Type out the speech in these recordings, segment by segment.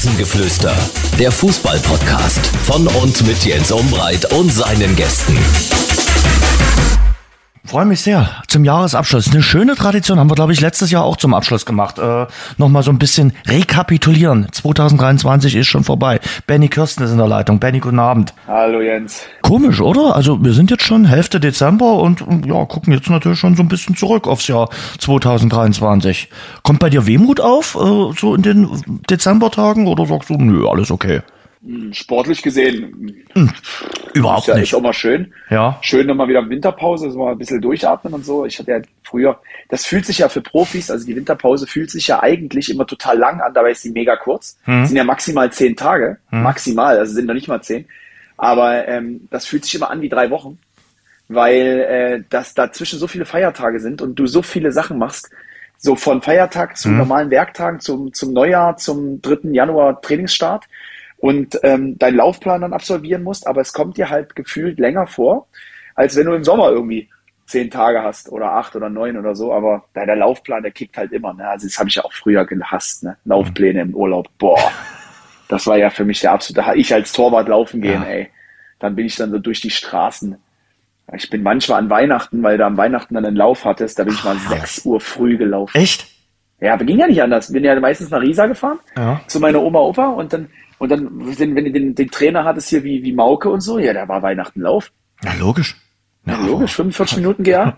Rasengeflüster, der Fußball-Podcast von und mit Jens Umbreit und seinen Gästen. Freue mich sehr. Zum Jahresabschluss. Eine schöne Tradition haben wir, glaube ich, letztes Jahr auch zum Abschluss gemacht. Nochmal so ein bisschen rekapitulieren. 2023 ist schon vorbei. Benny Kirsten ist in der Leitung. Benny, guten Abend. Hallo Jens. Komisch, oder? Also wir sind jetzt schon Hälfte Dezember und ja, gucken jetzt natürlich schon so ein bisschen zurück aufs Jahr 2023. Kommt bei dir Wehmut auf, so in den Dezembertagen, oder sagst du, nö, alles okay? Sportlich gesehen, Überhaupt ist nicht. auch mal schön. Ja. Schön nochmal wieder Winterpause, so mal ein bisschen durchatmen und so. Ich hatte ja früher, das fühlt sich ja für Profis, also die Winterpause fühlt sich ja eigentlich immer total lang an, dabei ist sie mega kurz. Sind ja maximal 10 Tage, maximal, also sind noch nicht mal 10. Aber das fühlt sich immer an wie 3 Wochen, weil dass dazwischen so viele Feiertage sind und du so viele Sachen machst, so von Feiertag zu normalen Werktagen, zum Neujahr, zum 3. Januar Trainingsstart. Und deinen Laufplan dann absolvieren musst, aber es kommt dir halt gefühlt länger vor, als wenn du im Sommer irgendwie 10 Tage hast oder 8 oder 9 oder so, aber der Laufplan, der kickt halt immer, ne? Also das habe ich ja auch früher gehasst, ne? Laufpläne im Urlaub, boah, das war ja für mich der absolute, ich als Torwart laufen gehen, ey, dann bin ich dann so durch die Straßen. Ich bin manchmal an Weihnachten, weil du am Weihnachten dann einen Lauf hattest, da bin ich mal 6 Uhr früh gelaufen. Echt? Ja, aber ging ja nicht anders. Bin ja meistens nach Riesa gefahren, zu meiner Oma, Opa und dann, wenn du den Trainer hattest hier wie Mauke und so, ja, da war Weihnachten Lauf. Ja, logisch. Ja, logisch, 45 Minuten GA.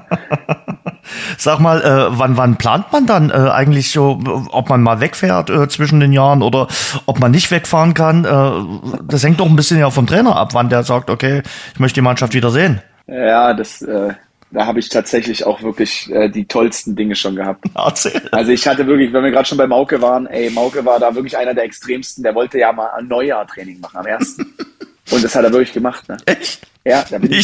Sag mal, wann plant man dann eigentlich so, ob man mal wegfährt zwischen den Jahren oder ob man nicht wegfahren kann? Das hängt doch ein bisschen ja vom Trainer ab, wann der sagt, okay, ich möchte die Mannschaft wieder sehen. Ja, da habe ich tatsächlich auch wirklich die tollsten Dinge schon gehabt. Erzähl. Also ich hatte wirklich, wenn wir gerade schon bei Mauke waren, Mauke war da wirklich einer der extremsten, der wollte ja mal ein Neujahr-Training machen am 1. Und das hat er wirklich gemacht, ne? Echt? Ja, da bin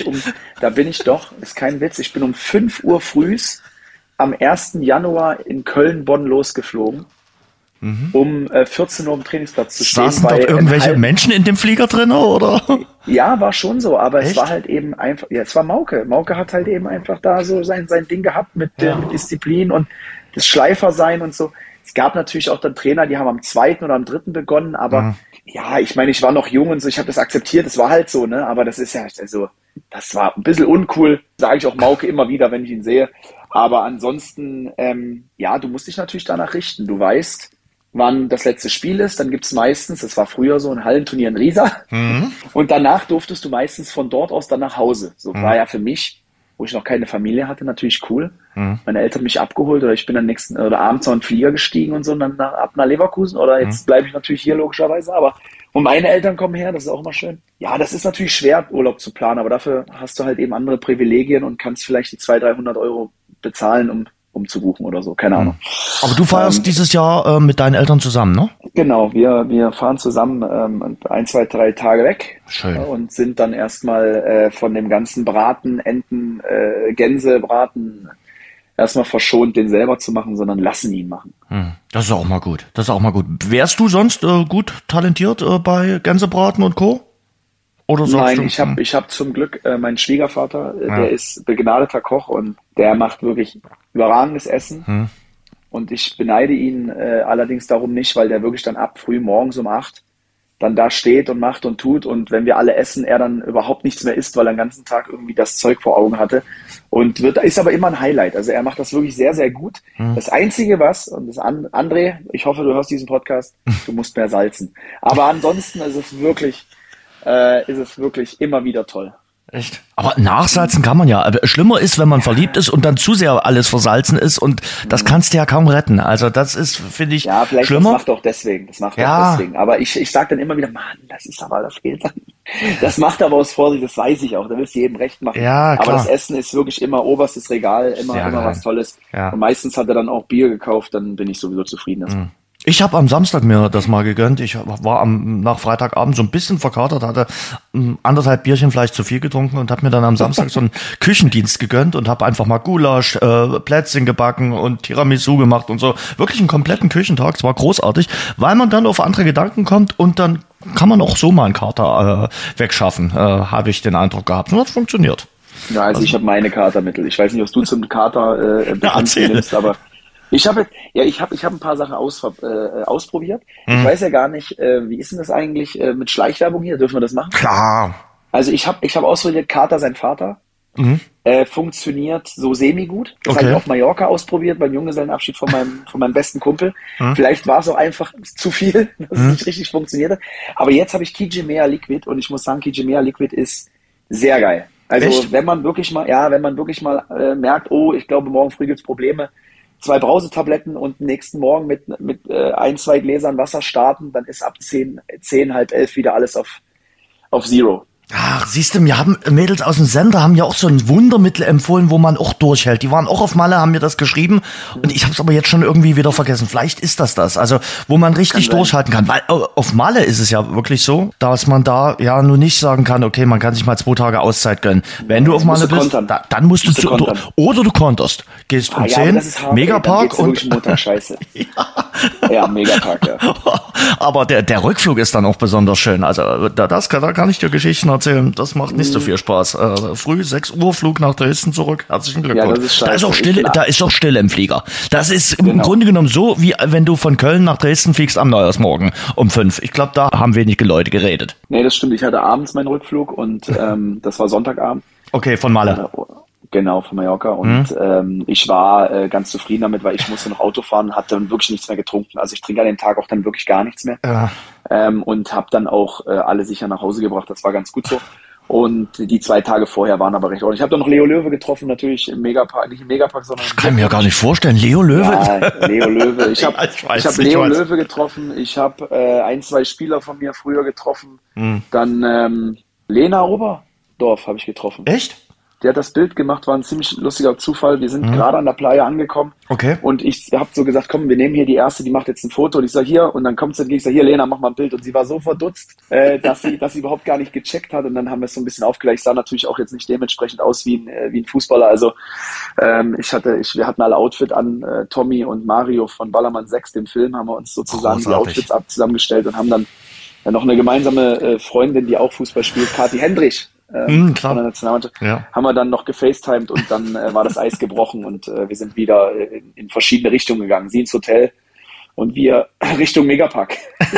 ich doch, ist kein Witz, ich bin um 5 Uhr frühs am 1. Januar in Köln-Bonn losgeflogen, um 14 Uhr am Trainingsplatz zu stehen. Saßen dort irgendwelche Menschen in dem Flieger drin, oder? Ja, war schon so, aber Echt? es war halt eben einfach, ja, es war Mauke. Mauke hat halt eben einfach da so sein Ding gehabt mit Disziplin und das Schleifersein und so. Es gab natürlich auch dann Trainer, die haben am 2. oder am 3. begonnen, aber ja, ich meine, ich war noch jung und so, ich habe das akzeptiert, es war halt so, ne, aber das ist ja, also, das war ein bisschen uncool, sage ich auch Mauke immer wieder, wenn ich ihn sehe, aber ansonsten, ja, du musst dich natürlich danach richten, du weißt, wann das letzte Spiel ist, dann gibt's meistens, das war früher so ein Hallenturnier in Riesa, und danach durftest du meistens von dort aus dann nach Hause, so war ja für mich, wo ich noch keine Familie hatte, natürlich cool. Meine Eltern haben mich abgeholt oder ich bin dann abends noch in den Flieger gestiegen und so und dann ab nach Leverkusen oder jetzt bleibe ich natürlich hier logischerweise, aber und meine Eltern kommen her, das ist auch immer schön. Ja, das ist natürlich schwer, Urlaub zu planen, aber dafür hast du halt eben andere Privilegien und kannst vielleicht die 200-300 Euro bezahlen, um zu buchen oder so, keine Ahnung. Aber du feierst dieses Jahr mit deinen Eltern zusammen, ne? Genau, wir fahren zusammen 1, 2, 3 Tage weg. Schön. Und sind dann erstmal von dem ganzen Braten, Enten, Gänsebraten erstmal verschont, den selber zu machen, sondern lassen ihn machen. Das ist auch mal gut. Wärst du sonst gut talentiert bei Gänsebraten und Co.? Oder sagst Nein, ich hab zum Glück meinen Schwiegervater, der ist begnadeter Koch und der macht wirklich überragendes Essen. Und ich beneide ihn allerdings darum nicht, weil der wirklich dann ab früh morgens um 8 dann da steht und macht und tut und wenn wir alle essen, er dann überhaupt nichts mehr isst, weil er den ganzen Tag irgendwie das Zeug vor Augen hatte und ist aber immer ein Highlight. Also er macht das wirklich sehr, sehr gut. Das Einzige und das André, ich hoffe, du hörst diesen Podcast, du musst mehr salzen. Aber ansonsten ist es wirklich immer wieder toll. Echt? Aber nachsalzen kann man ja. Aber schlimmer ist, wenn man verliebt ist und dann zu sehr alles versalzen ist und das kannst du ja kaum retten. Also das ist, finde ich, vielleicht schlimmer. Das macht auch deswegen. Aber ich sag dann immer wieder, Mann, da fehlt dann. Das macht aber aus Vorsicht, das weiß ich auch. Da willst du jedem recht machen. Ja, klar. Aber das Essen ist wirklich immer oberstes Regal, immer was Tolles. Ja. Und meistens hat er dann auch Bier gekauft, dann bin ich sowieso zufrieden. Ich habe am Samstag mir das mal gegönnt. Ich war nach Freitagabend so ein bisschen verkatert, hatte 1,5 Bierchen vielleicht zu viel getrunken und habe mir dann am Samstag so einen Küchendienst gegönnt und habe einfach mal Gulasch, Plätzchen gebacken und Tiramisu gemacht und so. Wirklich einen kompletten Küchentag. Es war großartig, weil man dann auf andere Gedanken kommt und dann kann man auch so mal einen Kater wegschaffen, habe ich den Eindruck gehabt. Und das funktioniert. Ja, also ich habe meine Katermittel. Ich weiß nicht, was du zum Kater nimmst, aber Ich habe ein paar Sachen ausprobiert. Ich weiß ja gar nicht, wie ist denn das eigentlich mit Schleichwerbung hier? Dürfen wir das machen? Klar. Also ich hab ausprobiert, Kater sein Vater. Funktioniert so semi-gut. Das habe ich auf Mallorca ausprobiert, beim Junggesellenabschied von meinem besten Kumpel. Vielleicht war es auch einfach zu viel, dass es nicht richtig funktioniert hat. Aber jetzt habe ich Kijimea Liquid und ich muss sagen, Kijimea Liquid ist sehr geil. Also echt? wenn man wirklich mal merkt, oh, ich glaube, morgen früh gibt's Probleme, 2 Brausetabletten und nächsten Morgen mit 1, 2 Gläsern Wasser starten, dann ist ab 10, halb 11 wieder alles auf Zero. Ach, siehst du, mir haben Mädels aus dem Sender haben ja auch so ein Wundermittel empfohlen, wo man auch durchhält. Die waren auch auf Malle, haben mir das geschrieben und ich habe es aber jetzt schon irgendwie wieder vergessen. Vielleicht ist das. Also, wo man richtig durchhalten kann. Weil auf Malle ist es ja wirklich so, dass man da ja nur nicht sagen kann, okay, man kann sich mal 2 Tage Auszeit gönnen. Wenn du auf Malle bist, dann musst du oder du konterst. Gehst um 10, Megapark und Montag scheiße. Ja, Megapark, ja. Aber der Rückflug ist dann auch besonders schön. Also da kann ich dir Geschichten erzählen. Das macht nicht so viel Spaß. Früh 6 Uhr Flug nach Dresden zurück. Herzlichen Glückwunsch. Ja, das ist scheiße. Da ist auch Stille im Flieger. Das ist im Grunde genommen so, wie wenn du von Köln nach Dresden fliegst am Neujahrsmorgen um 5. Ich glaube, da haben wenige Leute geredet. Nee, das stimmt. Ich hatte abends meinen Rückflug und das war Sonntagabend. Okay, von Malle. Genau, von Mallorca. Und ich war ganz zufrieden damit, weil ich musste noch Auto fahren und hatte dann wirklich nichts mehr getrunken. Also ich trinke an dem Tag auch dann wirklich gar nichts mehr. Ja. Und habe dann auch alle sicher nach Hause gebracht. Das war ganz gut so. Und die 2 Tage vorher waren aber recht ordentlich. Ich habe dann noch Leo Löwe getroffen, natürlich im Megapark, nicht im Megapark, sondern... Das kann ich mir ja gar nicht vorstellen. Leo Löwe? Ja, Leo Löwe. Ich hab Leo Löwe getroffen. Ich habe 1, 2 Spieler von mir früher getroffen. Dann Lena Oberdorf habe ich getroffen. Echt? Der hat das Bild gemacht, war ein ziemlich lustiger Zufall. Wir sind gerade an der Playa angekommen. Okay. Und ich habe so gesagt, komm, wir nehmen hier die erste, die macht jetzt ein Foto. Und ich sage, hier, und dann kommt sie und ich sage, hier, Lena, mach mal ein Bild. Und sie war so verdutzt, dass sie überhaupt gar nicht gecheckt hat. Und dann haben wir es so ein bisschen aufgegleicht. Ich sah natürlich auch jetzt nicht dementsprechend aus wie ein Fußballer. Also wir hatten alle Outfit an. Tommy und Mario von Ballermann 6, dem Film, haben wir uns sozusagen die Outfits zusammengestellt und haben dann noch eine gemeinsame Freundin, die auch Fußball spielt, Kathi Hendrich. Von der Nationalmannschaft, haben wir dann noch gefacetimed und dann war das Eis gebrochen und wir sind wieder in verschiedene Richtungen gegangen. Sie ins Hotel und wir Richtung Megapark.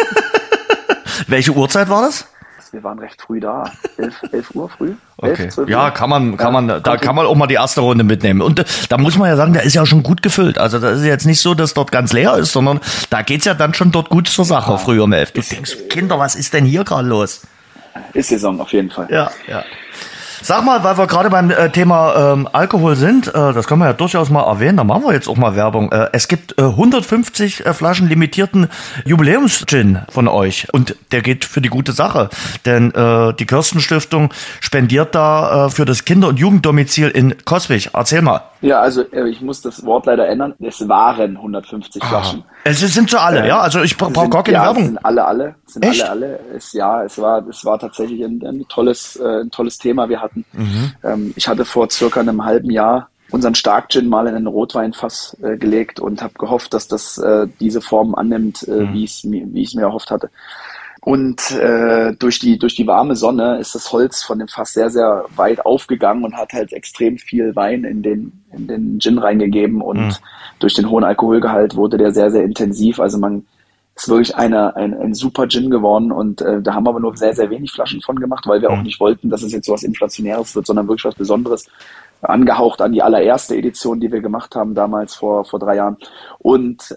Welche Uhrzeit war das? Wir waren recht früh da. 11 Uhr früh. Okay. 11, ja, kann man auch mal die erste Runde mitnehmen. Und da muss man ja sagen, der ist ja schon gut gefüllt. Also das ist jetzt nicht so, dass dort ganz leer ist, sondern da geht's ja dann schon dort gut zur Sache, früh um 11. Du denkst, Kinder, was ist denn hier gerade los? Ist Saison auf jeden Fall. Ja. Sag mal, weil wir gerade beim Thema Alkohol sind, das können wir ja durchaus mal erwähnen, da machen wir jetzt auch mal Werbung. Es gibt 150 Flaschen limitierten Jubiläums-Gin von euch und der geht für die gute Sache, denn die Kirsten-Stiftung spendiert da für das Kinder- und Jugenddomizil in Coswig. Erzähl mal. Ja, also ich muss das Wort leider ändern. Es waren 150 Flaschen. Es sind so alle, ja? Also ich brauche gar keine Werbung. Es sind alle. Echt? Es war tatsächlich ein tolles Thema. Wir hatten, ich hatte vor circa einem halben Jahr unseren Stark-Gin mal in einen Rotweinfass gelegt und habe gehofft, dass das diese Form annimmt, wie ich mir erhofft hatte. Und durch die warme Sonne ist das Holz von dem Fass sehr, sehr weit aufgegangen und hat halt extrem viel Wein in den Gin reingegeben. Und durch den hohen Alkoholgehalt wurde der sehr, sehr intensiv. Also man ist wirklich ein super Gin geworden. Und da haben wir aber nur sehr, sehr wenig Flaschen von gemacht, weil wir auch nicht wollten, dass es jetzt so was Inflationäres wird, sondern wirklich was Besonderes. Angehaucht an die allererste Edition, die wir gemacht haben damals vor 3 Jahren. Und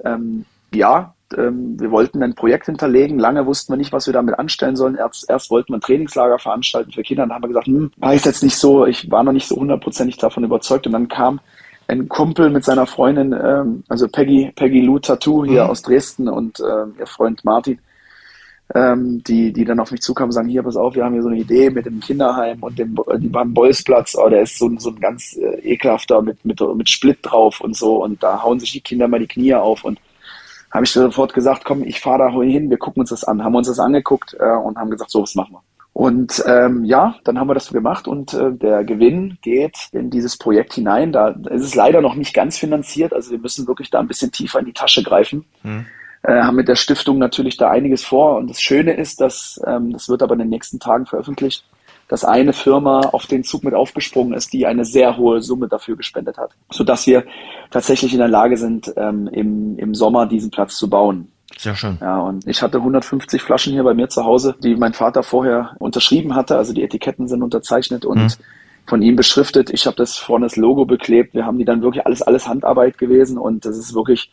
wir wollten ein Projekt hinterlegen. Lange wussten wir nicht, was wir damit anstellen sollen. Erst wollten wir ein Trainingslager veranstalten für Kinder. Dann haben wir gesagt, ist jetzt nicht so, ich war noch nicht so 100% davon überzeugt. Und dann kam ein Kumpel mit seiner Freundin, also Peggy Lou Tattoo hier aus Dresden und ihr Freund Martin, die dann auf mich zukamen und sagen, hier, pass auf, wir haben hier so eine Idee mit dem Kinderheim und beim Bolzplatz, der ist so ein ganz ekelhafter mit Split drauf und so. Und da hauen sich die Kinder mal die Knie auf und habe ich sofort gesagt, komm, ich fahre da hin, wir gucken uns das an. Haben uns das angeguckt und haben gesagt, so, was machen wir. Und dann haben wir das gemacht und der Gewinn geht in dieses Projekt hinein. Da ist es leider noch nicht ganz finanziert, also wir müssen wirklich da ein bisschen tiefer in die Tasche greifen. Haben mit der Stiftung natürlich da einiges vor und das Schöne ist, dass das wird aber in den nächsten Tagen veröffentlicht, dass eine Firma auf den Zug mit aufgesprungen ist, die eine sehr hohe Summe dafür gespendet hat, sodass wir tatsächlich in der Lage sind, im Sommer diesen Platz zu bauen. Sehr schön. Ja, und ich hatte 150 Flaschen hier bei mir zu Hause, die mein Vater vorher unterschrieben hatte. Also die Etiketten sind unterzeichnet und von ihm beschriftet. Ich habe das vorne das Logo beklebt. Wir haben die dann wirklich alles Handarbeit gewesen und das ist wirklich,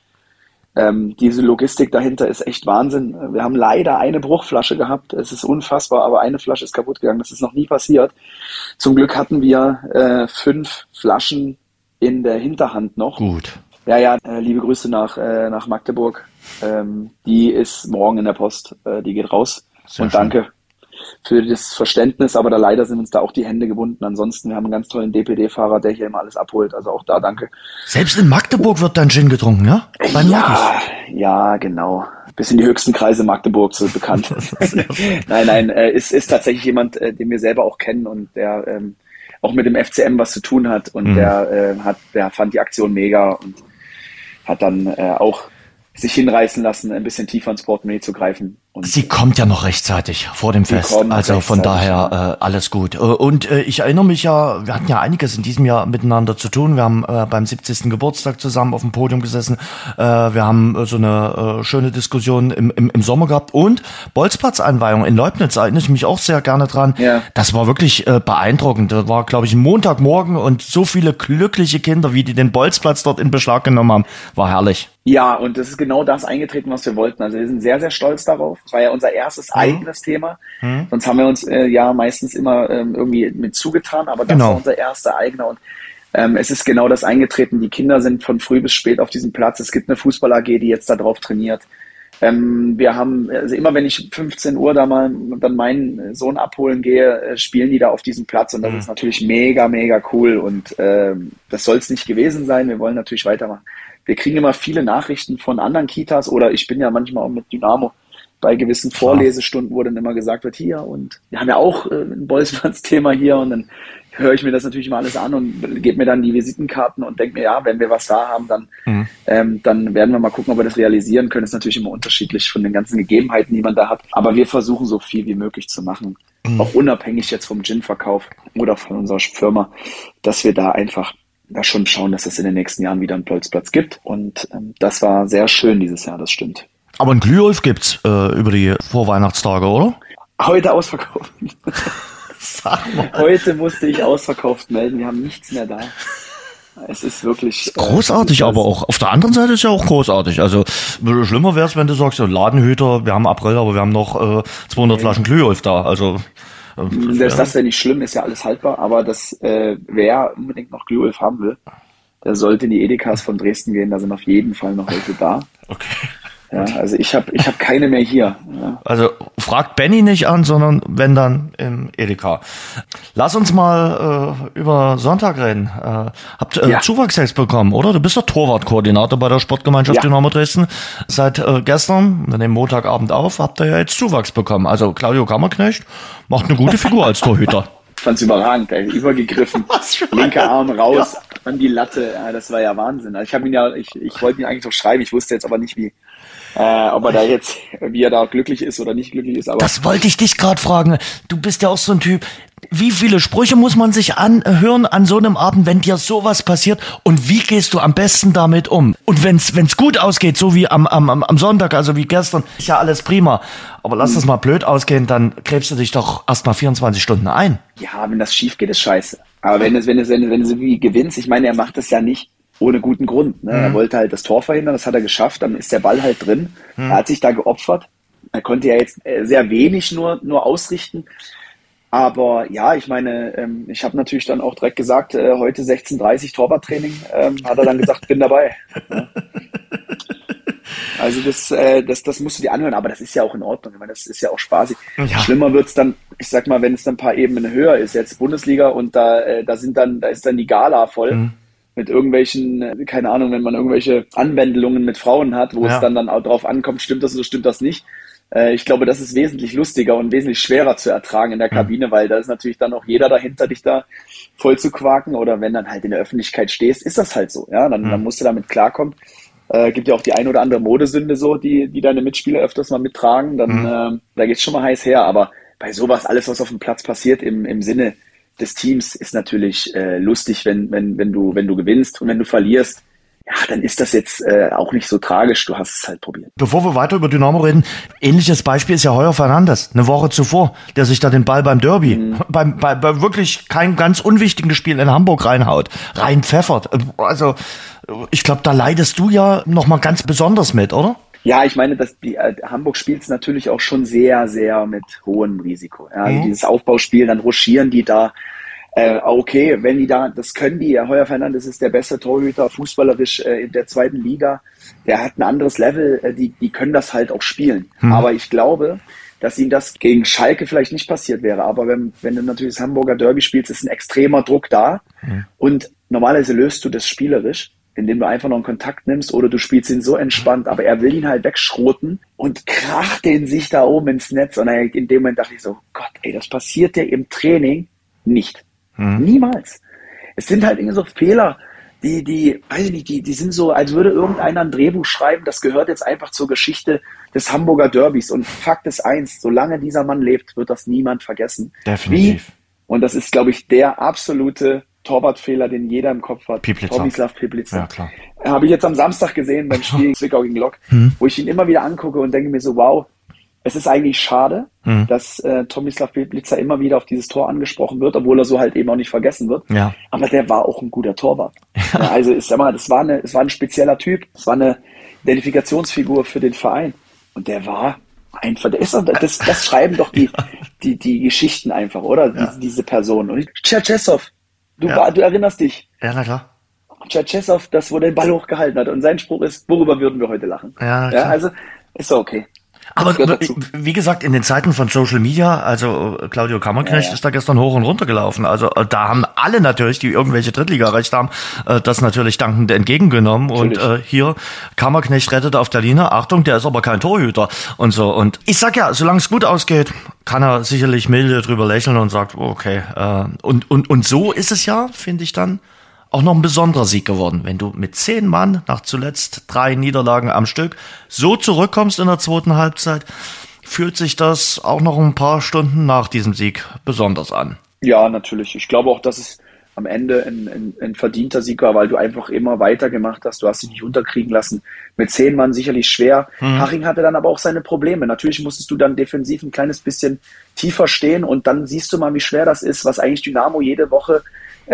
diese Logistik dahinter ist echt Wahnsinn. Wir haben leider eine Bruchflasche gehabt. Es ist unfassbar, aber eine Flasche ist kaputt gegangen. Das ist noch nie passiert. Zum Glück hatten wir 5 Flaschen in der Hinterhand noch. Gut. Ja, liebe Grüße nach Magdeburg. Die ist morgen in der Post. Die geht raus. Sehr und schön. Danke für das Verständnis, aber da leider sind uns da auch die Hände gebunden. Ansonsten, wir haben einen ganz tollen DPD-Fahrer, der hier immer alles abholt. Also auch da danke. Selbst in Magdeburg wird dein Gin getrunken, ja? Bei Markus. Ja, genau. Bis in die höchsten Kreise Magdeburgs so bekannt. Nein, ist tatsächlich jemand, den wir selber auch kennen und der auch mit dem FCM was zu tun hat. Und der fand die Aktion mega und hat dann auch sich hinreißen lassen, ein bisschen tiefer ins Portemonnaie zu greifen. Und Sie kommt ja noch rechtzeitig vor dem Fest, also von daher alles gut. Und ich erinnere mich ja, wir hatten ja einiges in diesem Jahr miteinander zu tun. Wir haben beim 70. Geburtstag zusammen auf dem Podium gesessen. Wir haben so eine schöne Diskussion im Sommer gehabt. Und Bolzplatz-Einweihung in Leubnitz, erinnere ich mich auch sehr gerne dran. Ja. Das war wirklich beeindruckend. Das war, glaube ich, ein Montagmorgen und so viele glückliche Kinder, wie die den Bolzplatz dort in Beschlag genommen haben, war herrlich. Ja, und das ist genau das eingetreten, was wir wollten. Also wir sind sehr, sehr stolz darauf. Das war ja unser erstes eigenes Thema. Sonst haben wir uns ja meistens immer irgendwie mit zugetan, aber das war unser erster eigener. Und es ist genau das eingetreten. Die Kinder sind von früh bis spät auf diesem Platz. Es gibt eine Fußball-AG, die jetzt da drauf trainiert. Wir haben, also immer wenn ich 15 Uhr da mal dann meinen Sohn abholen gehe, spielen die da auf diesem Platz und das ist natürlich mega, mega cool und das soll es nicht gewesen sein. Wir wollen natürlich weitermachen. Wir kriegen immer viele Nachrichten von anderen Kitas oder ich bin ja manchmal auch mit Dynamo bei gewissen Vorlesestunden, wo dann immer gesagt wird, hier und wir haben ja auch ein Bolzplatz-Thema hier und dann höre ich mir das natürlich mal alles an und gebe mir dann die Visitenkarten und denke mir, ja, wenn wir was da haben, dann werden wir mal gucken, ob wir das realisieren können. Das ist natürlich immer unterschiedlich von den ganzen Gegebenheiten, die man da hat. Aber wir versuchen so viel wie möglich zu machen, auch unabhängig jetzt vom Gin-Verkauf oder von unserer Firma, dass wir da einfach da schon schauen, dass es in den nächsten Jahren wieder einen Bolzplatz gibt. Und das war sehr schön dieses Jahr, das stimmt. Aber ein Glühwolf gibt's über die Vorweihnachtstage, oder? Heute ausverkauft. Heute musste ich ausverkauft melden. Wir haben nichts mehr da. Es ist wirklich großartig, aber auch auf der anderen Seite ist ja auch großartig. Also schlimmer wäre es, wenn du sagst, so Ladenhüter, wir haben April, aber wir haben noch 200 Flaschen Glühwolf da. Also selbst das wäre nicht schlimm, ist ja alles haltbar. Aber wer unbedingt noch Glühwolf haben will, der sollte in die Edekas von Dresden gehen. Da sind auf jeden Fall noch welche da. Okay. Ja, also ich hab keine mehr hier. Ja. Also fragt Benny nicht an, sondern wenn dann im Edeka. Lass uns mal über Sonntag reden. Habt Zuwachs jetzt bekommen, oder? Du bist doch Torwartkoordinator bei der Sportgemeinschaft Dynamo Dresden. Seit gestern, wir nehmen Montagabend auf, habt ihr ja jetzt Zuwachs bekommen. Also Claudio Kammerknecht macht eine gute Figur als Torhüter. Ich fand's überragend, ey. Übergegriffen, linker Arm raus, an die Latte. Ja, das war ja Wahnsinn. Also ich wollte ihn eigentlich noch schreiben, ich wusste jetzt aber nicht, wie er da glücklich ist oder nicht glücklich ist. Aber das wollte ich dich gerade fragen. Du bist ja auch so ein Typ. Wie viele Sprüche muss man sich anhören an so einem Abend, wenn dir sowas passiert? Und wie gehst du am besten damit um? Und wenn's gut ausgeht, so wie am Sonntag, also wie gestern, ist ja alles prima. Aber lass das mal blöd ausgehen, dann gräbst du dich doch erst mal 24 Stunden ein. Ja, wenn das schief geht, ist scheiße. Aber wenn du irgendwie gewinnst, ich meine, er macht das ja nicht ohne guten Grund. Ne? Er wollte halt das Tor verhindern, das hat er geschafft, dann ist der Ball halt drin. Er hat sich da geopfert. Er konnte ja jetzt sehr wenig nur ausrichten. Aber ja, ich meine, ich habe natürlich dann auch direkt gesagt, heute 16:30 Torwarttraining, hat er dann gesagt, bin dabei. Ja. Also das musst du dir anhören, aber das ist ja auch in Ordnung. Ich meine, das ist ja auch spaßig. Ja. Schlimmer wird's dann, ich sag mal, wenn es dann ein paar Ebenen höher ist, jetzt Bundesliga und da ist dann die Gala voll. Mit irgendwelchen, keine Ahnung, wenn man irgendwelche Anbändelungen mit Frauen hat, wo es dann auch drauf ankommt, stimmt das oder stimmt das nicht. Ich glaube, das ist wesentlich lustiger und wesentlich schwerer zu ertragen in der Kabine, weil da ist natürlich dann auch jeder dahinter, dich da voll zu quaken oder wenn dann halt in der Öffentlichkeit stehst, ist das halt so. Ja, dann musst du damit klarkommen. Gibt ja auch die ein oder andere Modesünde so, die deine Mitspieler öfters mal mittragen, dann da geht's schon mal heiß her, aber bei sowas, alles, was auf dem Platz passiert im Sinne des Teams, ist natürlich lustig, wenn du gewinnst, und wenn du verlierst, ja, dann ist das jetzt auch nicht so tragisch. Du hast es halt probiert. Bevor wir weiter über Dynamo reden, ähnliches Beispiel ist ja Heuer Fernandes, eine Woche zuvor, der sich da den Ball beim Derby, bei wirklich keinem ganz unwichtigen Spiel in Hamburg reinpfeffert. Also ich glaube, da leidest du ja nochmal ganz besonders mit, oder? Ja, ich meine, dass Hamburg spielt es natürlich auch schon sehr, sehr mit hohem Risiko. Ja, also dieses Aufbauspiel, dann ruschieren die da. Okay, wenn die da, das können die. Heuer Fernandes ist der beste Torhüter fußballerisch in der zweiten Liga. Der hat ein anderes Level. Die können das halt auch spielen. Aber ich glaube, dass ihm das gegen Schalke vielleicht nicht passiert wäre. Aber wenn du natürlich das Hamburger Derby spielst, ist ein extremer Druck da. Und normalerweise löst du das spielerisch, indem du einfach noch einen Kontakt nimmst, oder du spielst ihn so entspannt, aber er will ihn halt wegschroten und kracht den sich da oben ins Netz. Und in dem Moment dachte ich so, Gott, ey, das passiert dir im Training nicht. Niemals. Es sind halt irgendwie so Fehler, die weiß ich nicht, die sind so, als würde irgendeiner ein Drehbuch schreiben, das gehört jetzt einfach zur Geschichte des Hamburger Derbys. Und Fakt ist eins, solange dieser Mann lebt, wird das niemand vergessen. Definitiv. Und das ist, glaube ich, der absolute Torwartfehler, den jeder im Kopf hat. Tomislav Piplica. Ja, klar. Habe ich jetzt am Samstag gesehen beim Spiel Zwickau gegen Lok, wo ich ihn immer wieder angucke und denke mir so, wow, es ist eigentlich schade, dass Tomislav Piplica immer wieder auf dieses Tor angesprochen wird, obwohl er so halt eben auch nicht vergessen wird. Ja. Aber der war auch ein guter Torwart. Ja, also ich sag mal, es war ein spezieller Typ, es war eine Identifikationsfigur für den Verein. Und der war einfach, das schreiben doch die Geschichten einfach, oder? Ja. Diese Person. Und Cherchesov, du erinnerst dich. Ja, na klar. Cherchesov, das, wo der den Ball hochgehalten hat. Und sein Spruch ist, worüber würden wir heute lachen? Ja, klar. Also ist doch okay. Aber wie gesagt, in den Zeiten von Social Media, also Claudio Kammerknecht ist da gestern hoch und runter gelaufen. Also da haben alle natürlich, die irgendwelche Drittligarechte haben, das natürlich dankend entgegengenommen. Natürlich. Und hier, Kammerknecht rettet auf der Linie. Achtung, der ist aber kein Torhüter und so. Und ich sag ja, solange es gut ausgeht, kann er sicherlich milde drüber lächeln und sagt, okay. Und so ist es ja, finde ich dann, auch noch ein besonderer Sieg geworden. Wenn du mit 10 Mann nach zuletzt 3 Niederlagen am Stück so zurückkommst in der zweiten Halbzeit, fühlt sich das auch noch ein paar Stunden nach diesem Sieg besonders an. Ja, natürlich. Ich glaube auch, dass es am Ende ein verdienter Sieg war, weil du einfach immer weitergemacht hast. Du hast dich nicht unterkriegen lassen. Mit 10 Mann sicherlich schwer. Haching hatte dann aber auch seine Probleme. Natürlich musstest du dann defensiv ein kleines bisschen tiefer stehen, und dann siehst du mal, wie schwer das ist, was eigentlich Dynamo jede Woche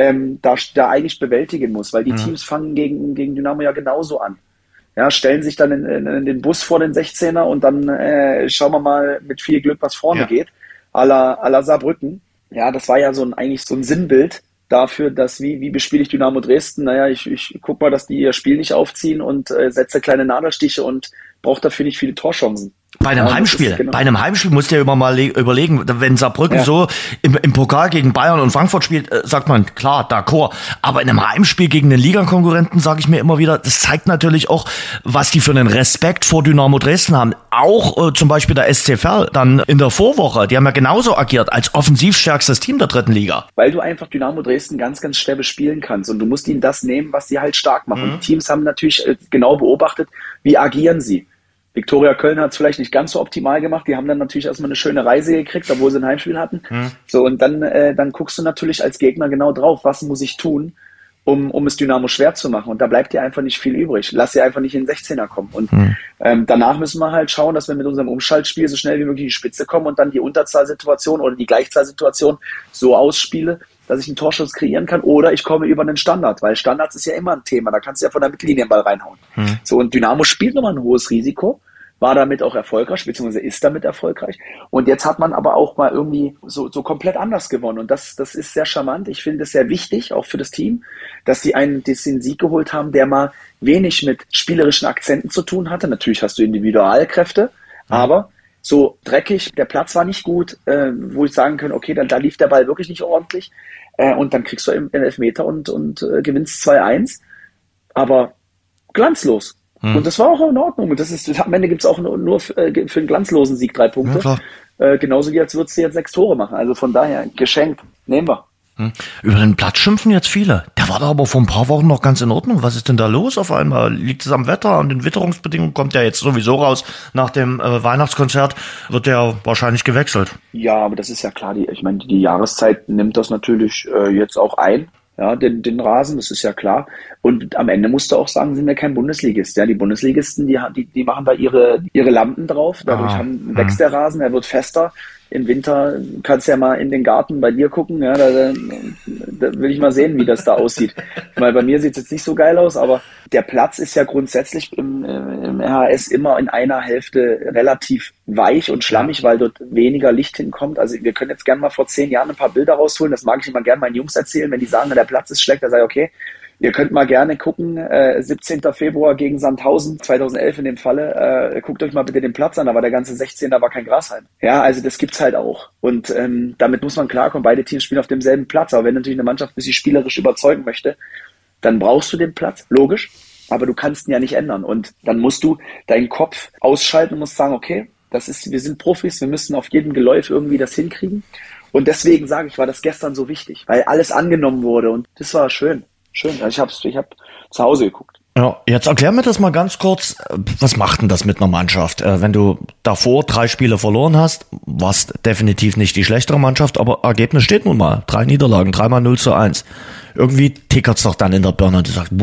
da eigentlich bewältigen muss, weil die Teams fangen gegen Dynamo ja genauso an. Ja, stellen sich dann in den Bus vor den 16er und dann schauen wir mal mit viel Glück, was vorne geht. À la Saarbrücken. Ja, das war ja eigentlich so ein Sinnbild dafür, dass wie bespiele ich Dynamo Dresden? Naja, ich guck mal, dass die ihr Spiel nicht aufziehen und setze kleine Nadelstiche und brauche dafür nicht viele Torchancen. Bei einem Heimspiel musst du ja immer mal überlegen, wenn Saarbrücken so im Pokal gegen Bayern und Frankfurt spielt, sagt man, klar, d'accord. Aber in einem Heimspiel gegen den Ligakonkurrenten, sage ich mir immer wieder, das zeigt natürlich auch, was die für einen Respekt vor Dynamo Dresden haben. Auch zum Beispiel der SC Verl dann in der Vorwoche, die haben ja genauso agiert als offensivstärkstes Team der dritten Liga. Weil du einfach Dynamo Dresden ganz, ganz schwer bespielen kannst, und du musst ihnen das nehmen, was sie halt stark machen. Und die Teams haben natürlich genau beobachtet, wie agieren sie. Viktoria Köln hat es vielleicht nicht ganz so optimal gemacht. Die haben dann natürlich erstmal eine schöne Reise gekriegt, obwohl sie ein Heimspiel hatten. So, und dann guckst du natürlich als Gegner genau drauf, was muss ich tun, um es Dynamo schwer zu machen. Und da bleibt dir einfach nicht viel übrig. Lass sie einfach nicht in den 16er kommen. Und danach müssen wir halt schauen, dass wir mit unserem Umschaltspiel so schnell wie möglich in die Spitze kommen und dann die Unterzahlsituation oder die Gleichzahlsituation so ausspiele, dass ich einen Torschuss kreieren kann, oder ich komme über einen Standard, weil Standards ist ja immer ein Thema. Da kannst du ja von der Mittellinie den Ball reinhauen. So, und Dynamo spielt nochmal ein hohes Risiko, war damit auch erfolgreich, beziehungsweise ist damit erfolgreich. Und jetzt hat man aber auch mal irgendwie so komplett anders gewonnen. Und das ist sehr charmant. Ich finde es sehr wichtig, auch für das Team, dass sie den Sieg geholt haben, der mal wenig mit spielerischen Akzenten zu tun hatte. Natürlich hast du Individualkräfte, aber so dreckig, der Platz war nicht gut, wo ich sagen kann, okay, da lief der Ball wirklich nicht ordentlich. Und dann kriegst du im Elfmeter und gewinnst 2-1. Aber glanzlos. Und das war auch in Ordnung. Und am Ende gibt es auch nur für einen glanzlosen Sieg 3 Punkte. Ja, genauso wie als würdest du jetzt 6 Tore machen. Also von daher, geschenkt. Nehmen wir. Über den Platz schimpfen jetzt viele. Der war da aber vor ein paar Wochen noch ganz in Ordnung. Was ist denn da los auf einmal? Liegt es am Wetter, an den Witterungsbedingungen? Kommt ja jetzt sowieso raus. Nach dem Weihnachtskonzert wird der wahrscheinlich gewechselt. Ja, aber das ist ja klar. Ich meine, die Jahreszeit nimmt das natürlich jetzt auch ein. Ja, den Rasen, das ist ja klar. Und am Ende musst du auch sagen, sind wir kein Bundesligist. Ja, die Bundesligisten, die machen da ihre Lampen drauf. Dadurch wächst der Rasen, er wird fester. Im Winter kannst du ja mal in den Garten bei dir gucken. Ja, da will ich mal sehen, wie das da aussieht. Weil bei mir sieht es jetzt nicht so geil aus, aber der Platz ist ja grundsätzlich im RHS immer in einer Hälfte relativ weich und schlammig, weil dort weniger Licht hinkommt. Also wir können jetzt gerne mal vor 10 Jahren ein paar Bilder rausholen. Das mag ich immer gerne meinen Jungs erzählen, wenn die sagen, der Platz ist schlecht, dann sage ich, okay, ihr könnt mal gerne gucken, 17. Februar gegen Sandhausen, 2011 in dem Falle, guckt euch mal bitte den Platz an, da war der ganze 16, da war kein Grashalm. Ja, also das gibt's halt auch. Und damit muss man klarkommen, beide Teams spielen auf demselben Platz, aber wenn natürlich eine Mannschaft ein bisschen spielerisch überzeugen möchte, dann brauchst du den Platz, logisch, aber du kannst ihn ja nicht ändern. Und dann musst du deinen Kopf ausschalten und musst sagen, okay, wir sind Profis, wir müssen auf jedem Geläuf irgendwie das hinkriegen. Und deswegen sage ich, war das gestern so wichtig, weil alles angenommen wurde und das war schön. Schön, also ich hab zu Hause geguckt. Ja, jetzt erklär mir das mal ganz kurz. Was macht denn das mit einer Mannschaft? Wenn du davor 3 Spiele verloren hast, warst definitiv nicht die schlechtere Mannschaft, aber Ergebnis steht nun mal. 3 Niederlagen, 3-mal 0-1. Irgendwie tickert's doch dann in der Birne und du sagst,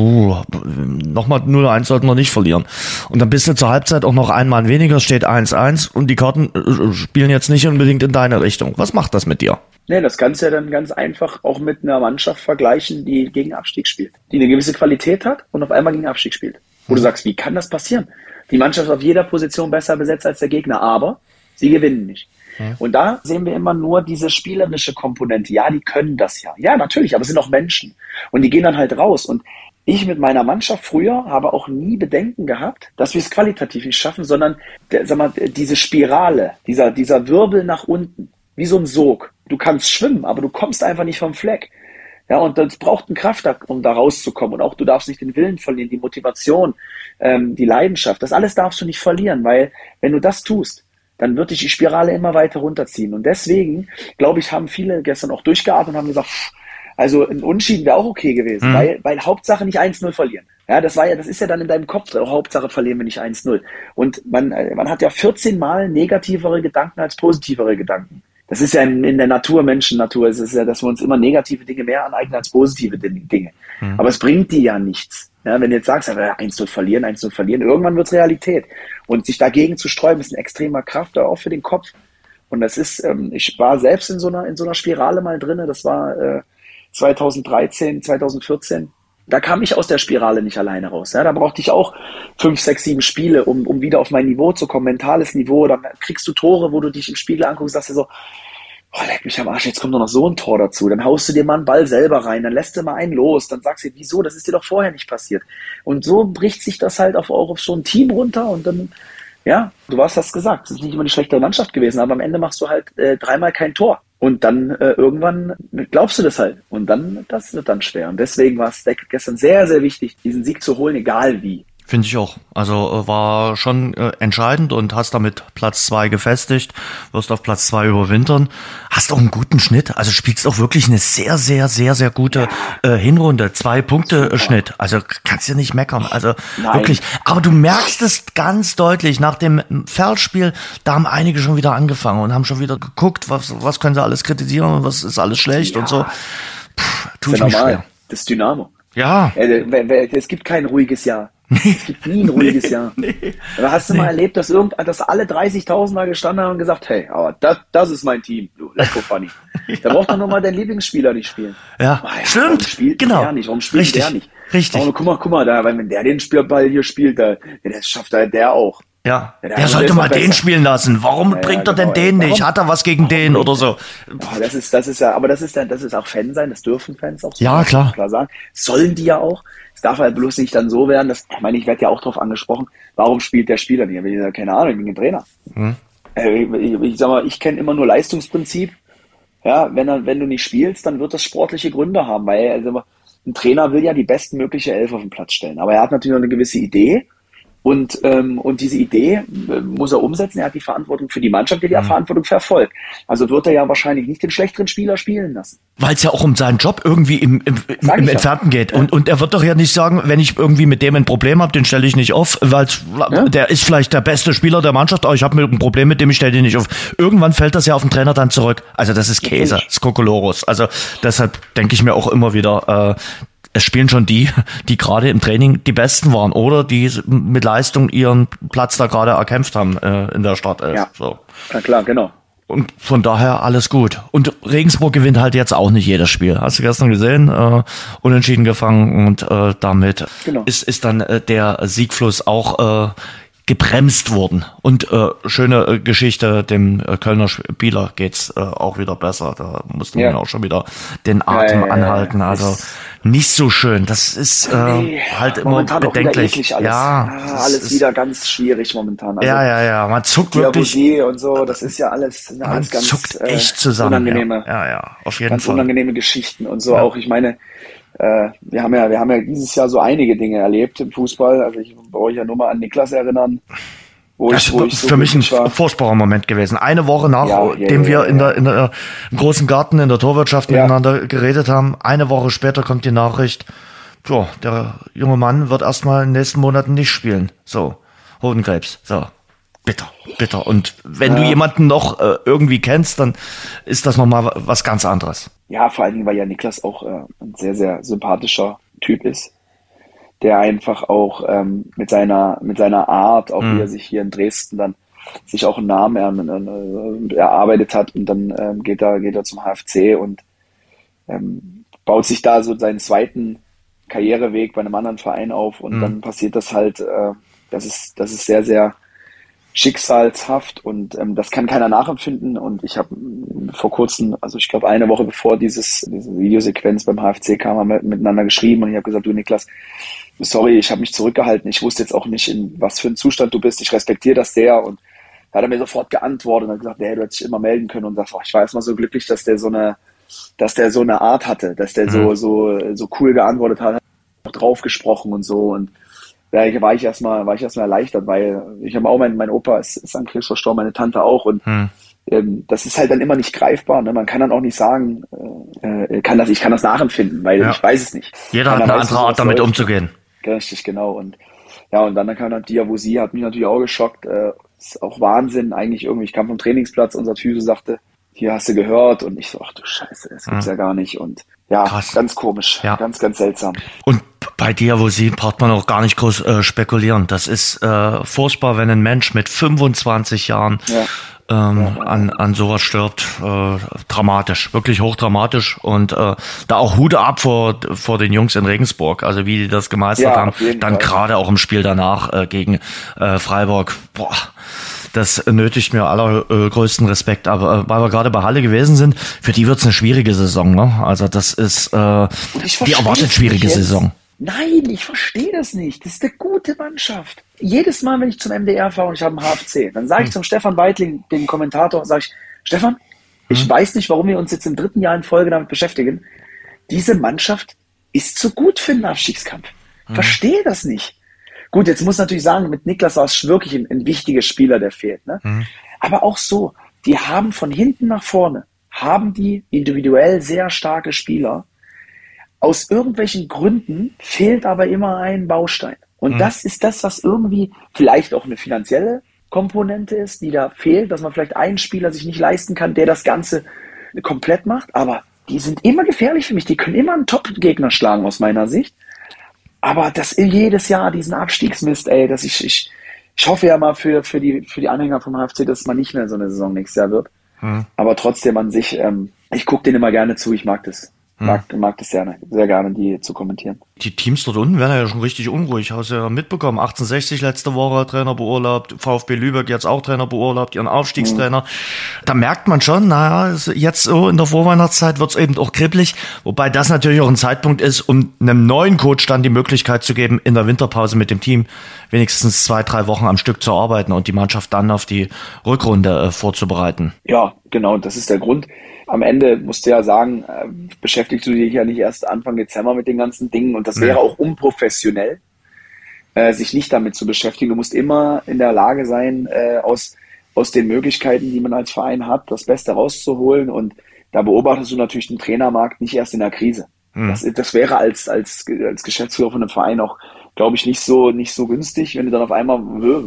nochmal 0-1 sollten wir nicht verlieren. Und dann bist du zur Halbzeit auch noch ein Mann weniger, steht 1-1 und die Karten spielen jetzt nicht unbedingt in deine Richtung. Was macht das mit dir? Nee, das kannst du ja dann ganz einfach auch mit einer Mannschaft vergleichen, die gegen Abstieg spielt. Die eine gewisse Qualität hat und auf einmal gegen Abstieg spielt. Wo du sagst, wie kann das passieren? Die Mannschaft ist auf jeder Position besser besetzt als der Gegner, aber sie gewinnen nicht. Und da sehen wir immer nur diese spielerische Komponente. Ja, die können das ja. Ja, natürlich, aber es sind auch Menschen. Und die gehen dann halt raus. Und ich mit meiner Mannschaft früher habe auch nie Bedenken gehabt, dass wir es qualitativ nicht schaffen, sondern diese Spirale, dieser Wirbel nach unten, wie so ein Sog. Du kannst schwimmen, aber du kommst einfach nicht vom Fleck. Ja, und das braucht eine Kraft, um da rauszukommen. Und auch du darfst nicht den Willen verlieren, die Motivation, die Leidenschaft. Das alles darfst du nicht verlieren, weil wenn du das tust, dann wird dich die Spirale immer weiter runterziehen. Und deswegen, glaube ich, haben viele gestern auch durchgeatmet und haben gesagt, also ein Unentschieden wäre auch okay gewesen, weil Hauptsache nicht 1-0 verlieren. Ja, das ist ja dann in deinem Kopf, Hauptsache verlieren wir nicht 1-0. Und man hat ja 14 Mal negativere Gedanken als positivere Gedanken. Das ist ja in der Natur, Menschennatur, es ist ja, dass wir uns immer negative Dinge mehr aneignen als positive Dinge. Aber es bringt dir ja nichts. Ja, wenn du jetzt sagst, 1-0 verlieren, irgendwann wird es Realität. Und sich dagegen zu sträuben, ist eine extremer Kraft, auch für den Kopf. Und das ist, ich war selbst in so einer Spirale mal drinne, das war 2013, 2014. Da kam ich aus der Spirale nicht alleine raus. Ja, da brauchte ich auch 5, 6, 7 Spiele, um wieder auf mein Niveau zu kommen, mentales Niveau. Dann kriegst du Tore, wo du dich im Spiegel anguckst, sagst du so, leck mich am Arsch, jetzt kommt doch noch so ein Tor dazu. Dann haust du dir mal einen Ball selber rein, dann lässt du mal einen los, dann sagst du, wieso, das ist dir doch vorher nicht passiert. Und so bricht sich das halt auch auf so ein Team runter und dann, ja, du hast gesagt, es ist nicht immer die schlechtere Mannschaft gewesen, aber am Ende machst du halt 3-mal kein Tor. Und dann irgendwann glaubst du das halt. Und dann, das wird dann schwer. Und deswegen war es gestern sehr, sehr wichtig, diesen Sieg zu holen, egal wie. Finde ich auch. Also war schon entscheidend und hast damit Platz 2 gefestigt, wirst auf Platz 2 überwintern, hast auch einen guten Schnitt, also spielst auch wirklich eine sehr, sehr, sehr, sehr gute Hinrunde, 2 Punkte Schnitt, also kannst du nicht meckern, also wirklich, aber du merkst es ganz deutlich, nach dem Feldspiel, da haben einige schon wieder angefangen und haben schon wieder geguckt, was können sie alles kritisieren und was ist alles schlecht und so. Tue ich mich schwer. Das ist Dynamo. Ja. Es gibt kein ruhiges Jahr. Es gibt nie ein ruhiges Jahr. Aber hast du mal erlebt, dass alle 30.000 da gestanden haben und gesagt, hey, aber das ist mein Team, du Lecko Funny. Da braucht doch nur mal dein Lieblingsspieler nicht spielen. Ja, stimmt. Warum spielt der nicht? Warum spielt der nicht? Richtig. Aber guck mal, weil wenn der den Spielball hier spielt, das schafft der auch. Ja, der sollte mal den spielen lassen. Warum bringt er denn den nicht? Hat er was gegen den oder so? Das ist auch Fan sein, das dürfen Fans auch so. Ja, klar sagen. Sollen die ja auch. Es darf halt bloß nicht dann so werden, ich werde ja auch drauf angesprochen, warum spielt der Spieler nicht? Ich sage, keine Ahnung, ich bin ein Trainer. Ich sag mal, ich kenne immer nur Leistungsprinzip. Ja, wenn du nicht spielst, dann wird das sportliche Gründe haben, weil ein Trainer will ja die bestmögliche Elf auf den Platz stellen. Aber er hat natürlich noch eine gewisse Idee. Und diese Idee muss er umsetzen. Er hat die Verantwortung für die Mannschaft, die Verantwortung für Erfolg. Also wird er ja wahrscheinlich nicht den schlechteren Spieler spielen lassen. Weil es ja auch um seinen Job irgendwie im Entfernten geht. Ja. Und er wird doch ja nicht sagen, wenn ich irgendwie mit dem ein Problem habe, den stelle ich nicht auf, weil der ist vielleicht der beste Spieler der Mannschaft, aber ich habe ein Problem mit dem, ich stelle den nicht auf. Irgendwann fällt das ja auf den Trainer dann zurück. Also das ist Käse, das ist Kokolores. Also deshalb denke ich mir auch immer wieder, es spielen schon die gerade im Training die Besten waren oder die mit Leistung ihren Platz da gerade erkämpft haben in der Startelf. Ja, so. Na klar, genau. Und von daher alles gut. Und Regensburg gewinnt halt jetzt auch nicht jedes Spiel. Hast du gestern gesehen? Unentschieden gefangen und damit ist dann der Siegfluss auch gebremst worden. Und schöne Geschichte, dem Kölner Spieler geht's auch wieder besser. Da musste man auch schon wieder den Atem anhalten. Also nicht so schön. Das ist halt immer bedenklich. Ja, alles wieder ganz schwierig momentan. Also ja. Man zuckt wirklich. Und so, das ist ja alles ganz zuckt echt zusammen. Unangenehme, auf jeden ganz Fall. Unangenehme Geschichten und so auch. Ich meine, wir haben ja dieses Jahr so einige Dinge erlebt im Fußball. Also ich brauche ja nur mal an Niklas erinnern. Das ist für mich ein furchtbarer Moment gewesen. Eine Woche nachdem wir in der im großen Garten in der Torwirtschaft miteinander geredet haben, eine Woche später kommt die Nachricht, der junge Mann wird erstmal in den nächsten Monaten nicht spielen. So, Hodenkrebs. So, bitter. Und wenn du jemanden noch irgendwie kennst, dann ist das nochmal was ganz anderes. Ja, vor allen Dingen, weil ja Niklas auch ein sehr, sehr sympathischer Typ ist, der einfach auch mit seiner Art, auch wie er sich hier in Dresden dann sich auch einen Namen erarbeitet hat und dann geht er zum HFC und baut sich da so seinen zweiten Karriereweg bei einem anderen Verein auf und dann passiert das halt, das ist sehr, sehr schicksalshaft und das kann keiner nachempfinden und ich habe vor kurzem, also ich glaube eine Woche bevor diese Videosequenz beim HFC kam, haben wir miteinander geschrieben und ich habe gesagt, du Niklas, sorry, ich habe mich zurückgehalten, ich wusste jetzt auch nicht, in was für einen Zustand du bist, ich respektiere das sehr und da hat er mir sofort geantwortet und hat gesagt, du hättest dich immer melden können und sagt, ich war erstmal so glücklich, dass der so eine Art hatte, dass der so cool geantwortet hat drauf gesprochen und so und da war ich erstmal erleichtert, weil ich habe auch mein Opa ist an Krebs verstorben, meine Tante auch und das ist halt dann immer nicht greifbar. Ne? Man kann dann auch nicht sagen, ich kann das nachempfinden, weil ich weiß es nicht. Jeder hat eine andere Art, damit umzugehen. Richtig, genau. Und dann kam dann Diawusi, hat mich natürlich auch geschockt. Ist auch Wahnsinn eigentlich irgendwie. Ich kam vom Trainingsplatz, unser Physio sagte, hier hast du gehört und ich so, ach du Scheiße, das gibt's ja gar nicht und krass. Ganz komisch, ganz, ganz seltsam. Und bei Diawusi braucht man auch gar nicht groß spekulieren. Das ist furchtbar, wenn ein Mensch mit 25 Jahren an sowas stirbt. Dramatisch, wirklich hochdramatisch und da auch Hut ab vor den Jungs in Regensburg, also wie die das gemeistert haben, dann gerade auch im Spiel danach gegen Freiburg. Das nötigt mir allergrößten Respekt. Aber weil wir gerade bei Halle gewesen sind, für die wird's eine schwierige Saison. Ne? Also das ist die erwartet schwierige Saison. Nein, ich verstehe das nicht. Das ist eine gute Mannschaft. Jedes Mal, wenn ich zum MDR fahre und ich habe einen HFC, dann sage ich zum Stefan Weitling, dem Kommentator, sage ich, Stefan, ich weiß nicht, warum wir uns jetzt im 3. Jahr in Folge damit beschäftigen. Diese Mannschaft ist zu gut für den Abstiegskampf. Verstehe das nicht. Gut, jetzt muss natürlich sagen, mit Niklas war es wirklich ein wichtiger Spieler, der fehlt. Ne? Aber auch so, die haben von hinten nach vorne, haben die individuell sehr starke Spieler. Aus irgendwelchen Gründen fehlt aber immer ein Baustein. Und das ist das, was irgendwie vielleicht auch eine finanzielle Komponente ist, die da fehlt, dass man vielleicht einen Spieler sich nicht leisten kann, der das Ganze komplett macht. Aber die sind immer gefährlich für mich. Die können immer einen Top-Gegner schlagen aus meiner Sicht. Aber das jedes Jahr diesen Abstiegsmist, dass ich hoffe ja mal für die Anhänger vom HFC, dass es mal nicht mehr so eine Saison nächstes Jahr wird. Aber trotzdem an sich, ich gucke denen immer gerne zu, ich mag das. Mag das sehr gerne, die zu kommentieren. Die Teams dort unten werden ja schon richtig unruhig. Hast du ja mitbekommen. 1860 letzte Woche Trainer beurlaubt, VfB Lübeck jetzt auch Trainer beurlaubt, ihren Aufstiegstrainer. Da merkt man schon, jetzt so in der Vorweihnachtszeit wird's eben auch kribbelig. Wobei das natürlich auch ein Zeitpunkt ist, um einem neuen Coach dann die Möglichkeit zu geben, in der Winterpause mit dem Team wenigstens 2-3 Wochen am Stück zu arbeiten und die Mannschaft dann auf die Rückrunde vorzubereiten. Ja, genau, das ist der Grund. Am Ende musst du ja sagen, beschäftigst du dich ja nicht erst Anfang Dezember mit den ganzen Dingen und das wäre auch unprofessionell, sich nicht damit zu beschäftigen. Du musst immer in der Lage sein, aus den Möglichkeiten, die man als Verein hat, das Beste rauszuholen. Und da beobachtest du natürlich den Trainermarkt nicht erst in der Krise. Das wäre als Geschäftsführer von einem Verein auch, glaube ich, nicht so günstig, wenn du dann auf einmal,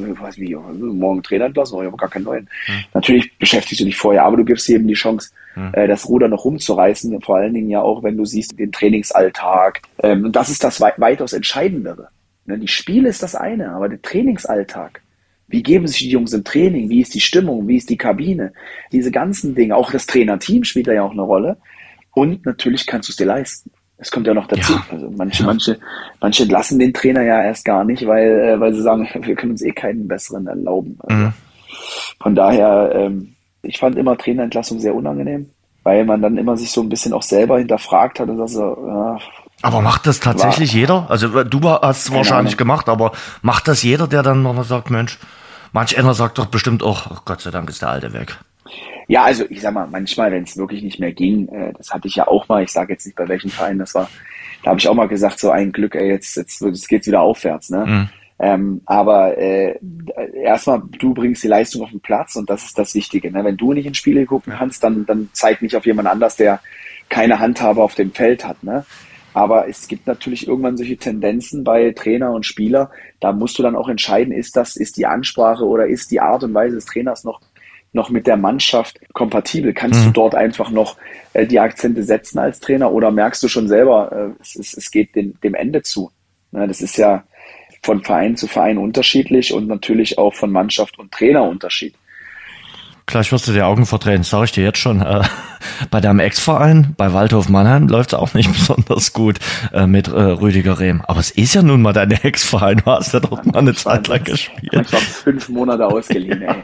morgen Trainer entlassen, ich habe gar keinen neuen. Natürlich beschäftigst du dich vorher, aber du gibst jedem die Chance, das Ruder noch rumzureißen, vor allen Dingen ja auch, wenn du siehst, den Trainingsalltag. Und das ist das weitaus Entscheidendere. Ne? Die Spiele ist das eine, aber der Trainingsalltag. Wie geben sich die Jungs im Training? Wie ist die Stimmung? Wie ist die Kabine? Diese ganzen Dinge, auch das Trainerteam spielt da ja auch eine Rolle. Und natürlich kannst du es dir leisten. Es kommt ja noch dazu. Ja. Also manche entlassen den Trainer ja erst gar nicht, weil sie sagen, wir können uns keinen besseren erlauben. Also von daher, ich fand immer Trainerentlassung sehr unangenehm, weil man dann immer sich so ein bisschen auch selber hinterfragt hat und sagt so, aber macht das tatsächlich jeder? Also du hast es wahrscheinlich gemacht, aber macht das jeder, der dann nochmal sagt, Mensch, manch einer sagt doch bestimmt auch, oh, Gott sei Dank ist der Alte weg. Ja, also ich sag mal, manchmal, wenn es wirklich nicht mehr ging, das hatte ich ja auch mal, ich sage jetzt nicht, bei welchem Verein das war, da habe ich auch mal gesagt, so ein Glück, jetzt geht's wieder aufwärts, ne? Aber erstmal, du bringst die Leistung auf den Platz und das ist das Wichtige, ne? Wenn du nicht ins Spiel gucken kannst, dann zeig nicht auf jemand anders, der keine Handhabe auf dem Feld hat, ne? Aber es gibt natürlich irgendwann solche Tendenzen bei Trainer und Spieler, da musst du dann auch entscheiden, ist die Ansprache oder ist die Art und Weise des Trainers noch mit der Mannschaft kompatibel? Kannst du dort einfach noch die Akzente setzen als Trainer oder merkst du schon selber, es geht dem Ende zu? Ne, das ist ja von Verein zu Verein unterschiedlich und natürlich auch von Mannschaft und Trainer unterschiedlich. Gleich wirst du die Augen verdrehen, sage ich dir jetzt schon. Bei deinem Ex-Verein, bei Waldhof Mannheim, läuft es auch nicht besonders gut mit Rüdiger Rehm. Aber es ist ja nun mal dein Ex-Verein, du hast ja dort mal eine Zeit lang gespielt. Ich war 5 Monate ausgeliehen, ey.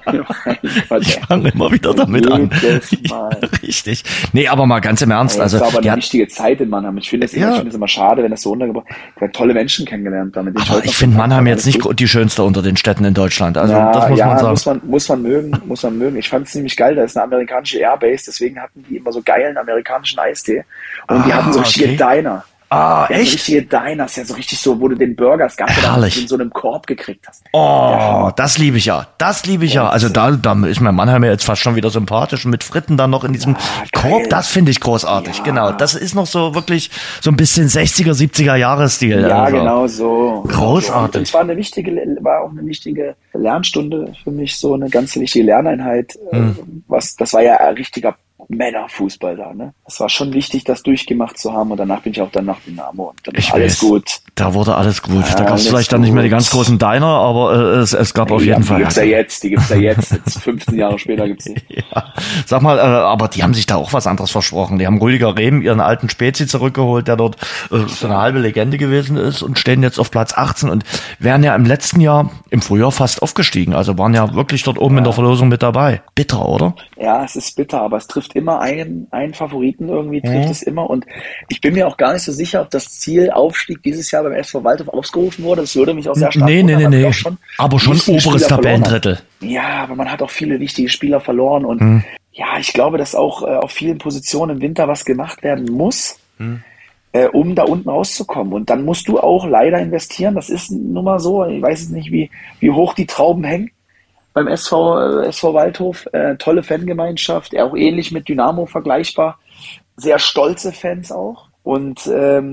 Ich fange immer wieder damit an. Ja, richtig. Nee, aber mal ganz im Ernst. Das war aber eine wichtige Zeit in Mannheim. Ich finde es immer schade, wenn das so untergebracht wird. Ich habe tolle Menschen kennengelernt damit. Aber ich finde Mannheim jetzt nicht die schönste unter den Städten in Deutschland. Also das muss man sagen. Muss man mögen. Ich fand es ziemlich geil, da ist eine amerikanische Airbase, deswegen hatten die immer so geilen amerikanischen Eistee. Und die hatten so richtige Diner. Echt? Richtige Diners, ja so richtig so, wo du den Burger das Ganze dann in so einem Korb gekriegt hast. Oh, das liebe ich ja. Also da ist mein Mannheim jetzt fast schon wieder sympathisch und mit Fritten dann noch in diesem Korb, das finde ich auch. Genau, das ist noch so wirklich so ein bisschen 60er, 70er Jahre-Stil. Ja, also. Genau so. Großartig. Und es war auch eine wichtige Lernstunde für mich, so eine ganz wichtige Lerneinheit. Das war ja ein richtiger Männerfußball da, ne? Es war schon wichtig, das durchgemacht zu haben und danach bin ich auch dann nach Dynamo und dann alles gut. Da wurde alles gut. Da gab es vielleicht dann nicht mehr die ganz großen Diner, aber es gab auf jeden Fall. Die gibt's ja jetzt. Jetzt 15 Jahre später gibt's die. Ja. Sag mal, aber die haben sich da auch was anderes versprochen. Die haben Rüdiger Rehm, ihren alten Spezi, zurückgeholt, der dort so eine halbe Legende gewesen ist und stehen jetzt auf Platz 18 und wären ja im letzten Jahr im Frühjahr fast aufgestiegen. Also waren ja wirklich dort oben in der Verlosung mit dabei. Bitter, oder? Ja, es ist bitter, aber es trifft immer einen Favoriten irgendwie, trifft es immer. Und ich bin mir auch gar nicht so sicher, ob das Ziel Aufstieg dieses Jahr beim SV Waldhof ausgerufen wurde. Das würde mich auch sehr stark wundern. Nee. Aber schon oberes Tabellendrittel. Ja, aber man hat auch viele wichtige Spieler verloren. Und ja, ich glaube, dass auch auf vielen Positionen im Winter was gemacht werden muss, um da unten rauszukommen. Und dann musst du auch leider investieren. Das ist nun mal so. Ich weiß jetzt nicht, wie hoch die Trauben hängen. Beim SV Waldhof, tolle Fangemeinschaft, auch ähnlich mit Dynamo vergleichbar, sehr stolze Fans auch und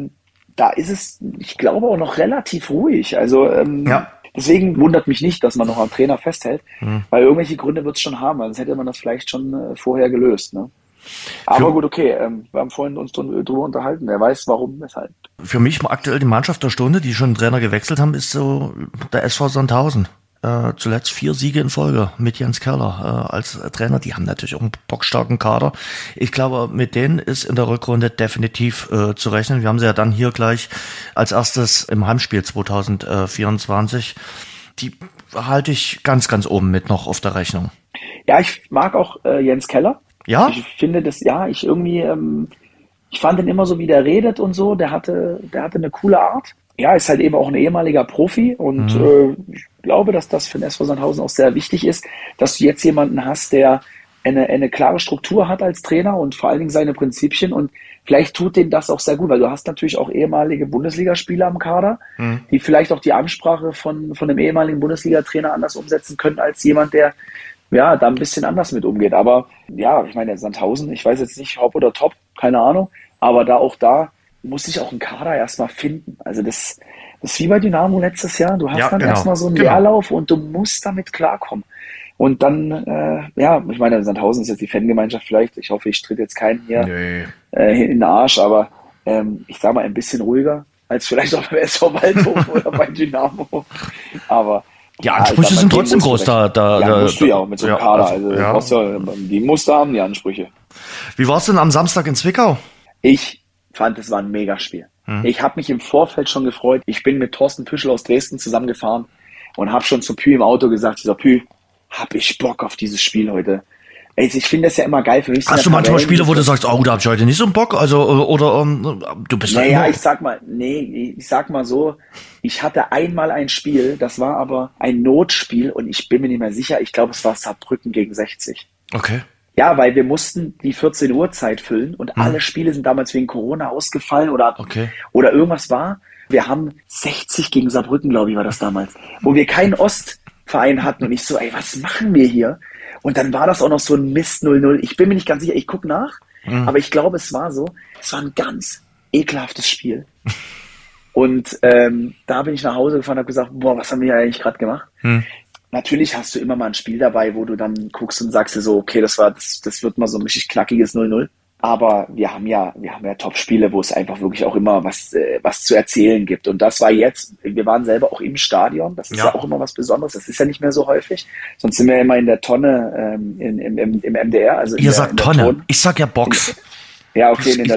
da ist es, ich glaube, auch noch relativ ruhig, also deswegen wundert mich nicht, dass man noch am Trainer festhält, weil irgendwelche Gründe wird es schon haben, sonst hätte man das vielleicht schon vorher gelöst, ne? Aber gut, okay, wir haben vorhin uns drüber unterhalten, wer weiß warum, weshalb. Für mich aktuell die Mannschaft der Stunde, die schon einen Trainer gewechselt haben, ist so der SV Sandhausen. Zuletzt 4 Siege in Folge mit Jens Keller als Trainer. Die haben natürlich auch einen bockstarken Kader. Ich glaube, mit denen ist in der Rückrunde definitiv zu rechnen. Wir haben sie ja dann hier gleich als erstes im Heimspiel 2024. Die halte ich ganz, ganz oben mit noch auf der Rechnung. Ja, ich mag auch Jens Keller. Ja? Ich finde das, ich fand ihn immer so, wie der redet und so. Der hatte eine coole Art. Ja, ist halt eben auch ein ehemaliger Profi und ich glaube, dass das für den SV Sandhausen auch sehr wichtig ist, dass du jetzt jemanden hast, der eine klare Struktur hat als Trainer und vor allen Dingen seine Prinzipien und vielleicht tut denen das auch sehr gut, weil du hast natürlich auch ehemalige Bundesligaspieler am Kader, die vielleicht auch die Ansprache von einem ehemaligen Bundesliga-Trainer anders umsetzen können als jemand, der ja da ein bisschen anders mit umgeht. Aber ja, ich meine, Sandhausen, ich weiß jetzt nicht, Haupt oder Top, keine Ahnung, aber da muss sich auch ein Kader erstmal finden. Also das ist wie bei Dynamo letztes Jahr, du hast dann erstmal so einen Leerlauf und du musst damit klarkommen. Und dann, ich meine, Sandhausen ist jetzt die Fangemeinschaft vielleicht. Ich hoffe, ich tritt jetzt keinen hier in den Arsch, aber ich sage mal ein bisschen ruhiger als vielleicht auch beim SV Waldhof oder bei Dynamo. Aber die Ansprüche sind trotzdem groß da. Musst du ja auch mit so einem Kader. Also die musst du haben, die Ansprüche. Wie war es denn am Samstag in Zwickau? Ich fand, es war ein Megaspiel. Ich habe mich im Vorfeld schon gefreut. Ich bin mit Thorsten Püschel aus Dresden zusammengefahren und habe schon zu Pü im Auto gesagt, ich sag, Pü, hab ich Bock auf dieses Spiel heute. Also ich finde das ja immer geil für mich. Hast du manchmal Spiele, wo du sagst, oh, da hab ich heute nicht so einen Bock? Also, oder du bist naja, ich sag mal so, ich hatte einmal ein Spiel, das war aber ein Notspiel und ich bin mir nicht mehr sicher, ich glaube, es war Saarbrücken gegen 60. Okay. Ja, weil wir mussten die 14 Uhr Zeit füllen und alle Spiele sind damals wegen Corona ausgefallen oder irgendwas war. Wir haben 60 gegen Saarbrücken, glaube ich, war das damals, wo wir keinen Ostverein hatten und ich so, ey, was machen wir hier? Und dann war das auch noch so ein Mist 0-0. Ich bin mir nicht ganz sicher, ich gucke nach, aber ich glaube, es war ein ganz ekelhaftes Spiel. Und da bin ich nach Hause gefahren und habe gesagt, boah, was haben wir hier eigentlich gerade gemacht? Natürlich hast du immer mal ein Spiel dabei, wo du dann guckst und sagst dir so, okay, das wird mal so ein richtig knackiges 0-0. Aber wir haben ja Top-Spiele, wo es einfach wirklich auch immer was zu erzählen gibt. Und das war jetzt, wir waren selber auch im Stadion. Das ist ja auch immer was Besonderes. Das ist ja nicht mehr so häufig. Sonst sind wir immer in der Tonne im MDR. Also ihr sagt Tonne. Ich sag ja Box. Ja, okay. In der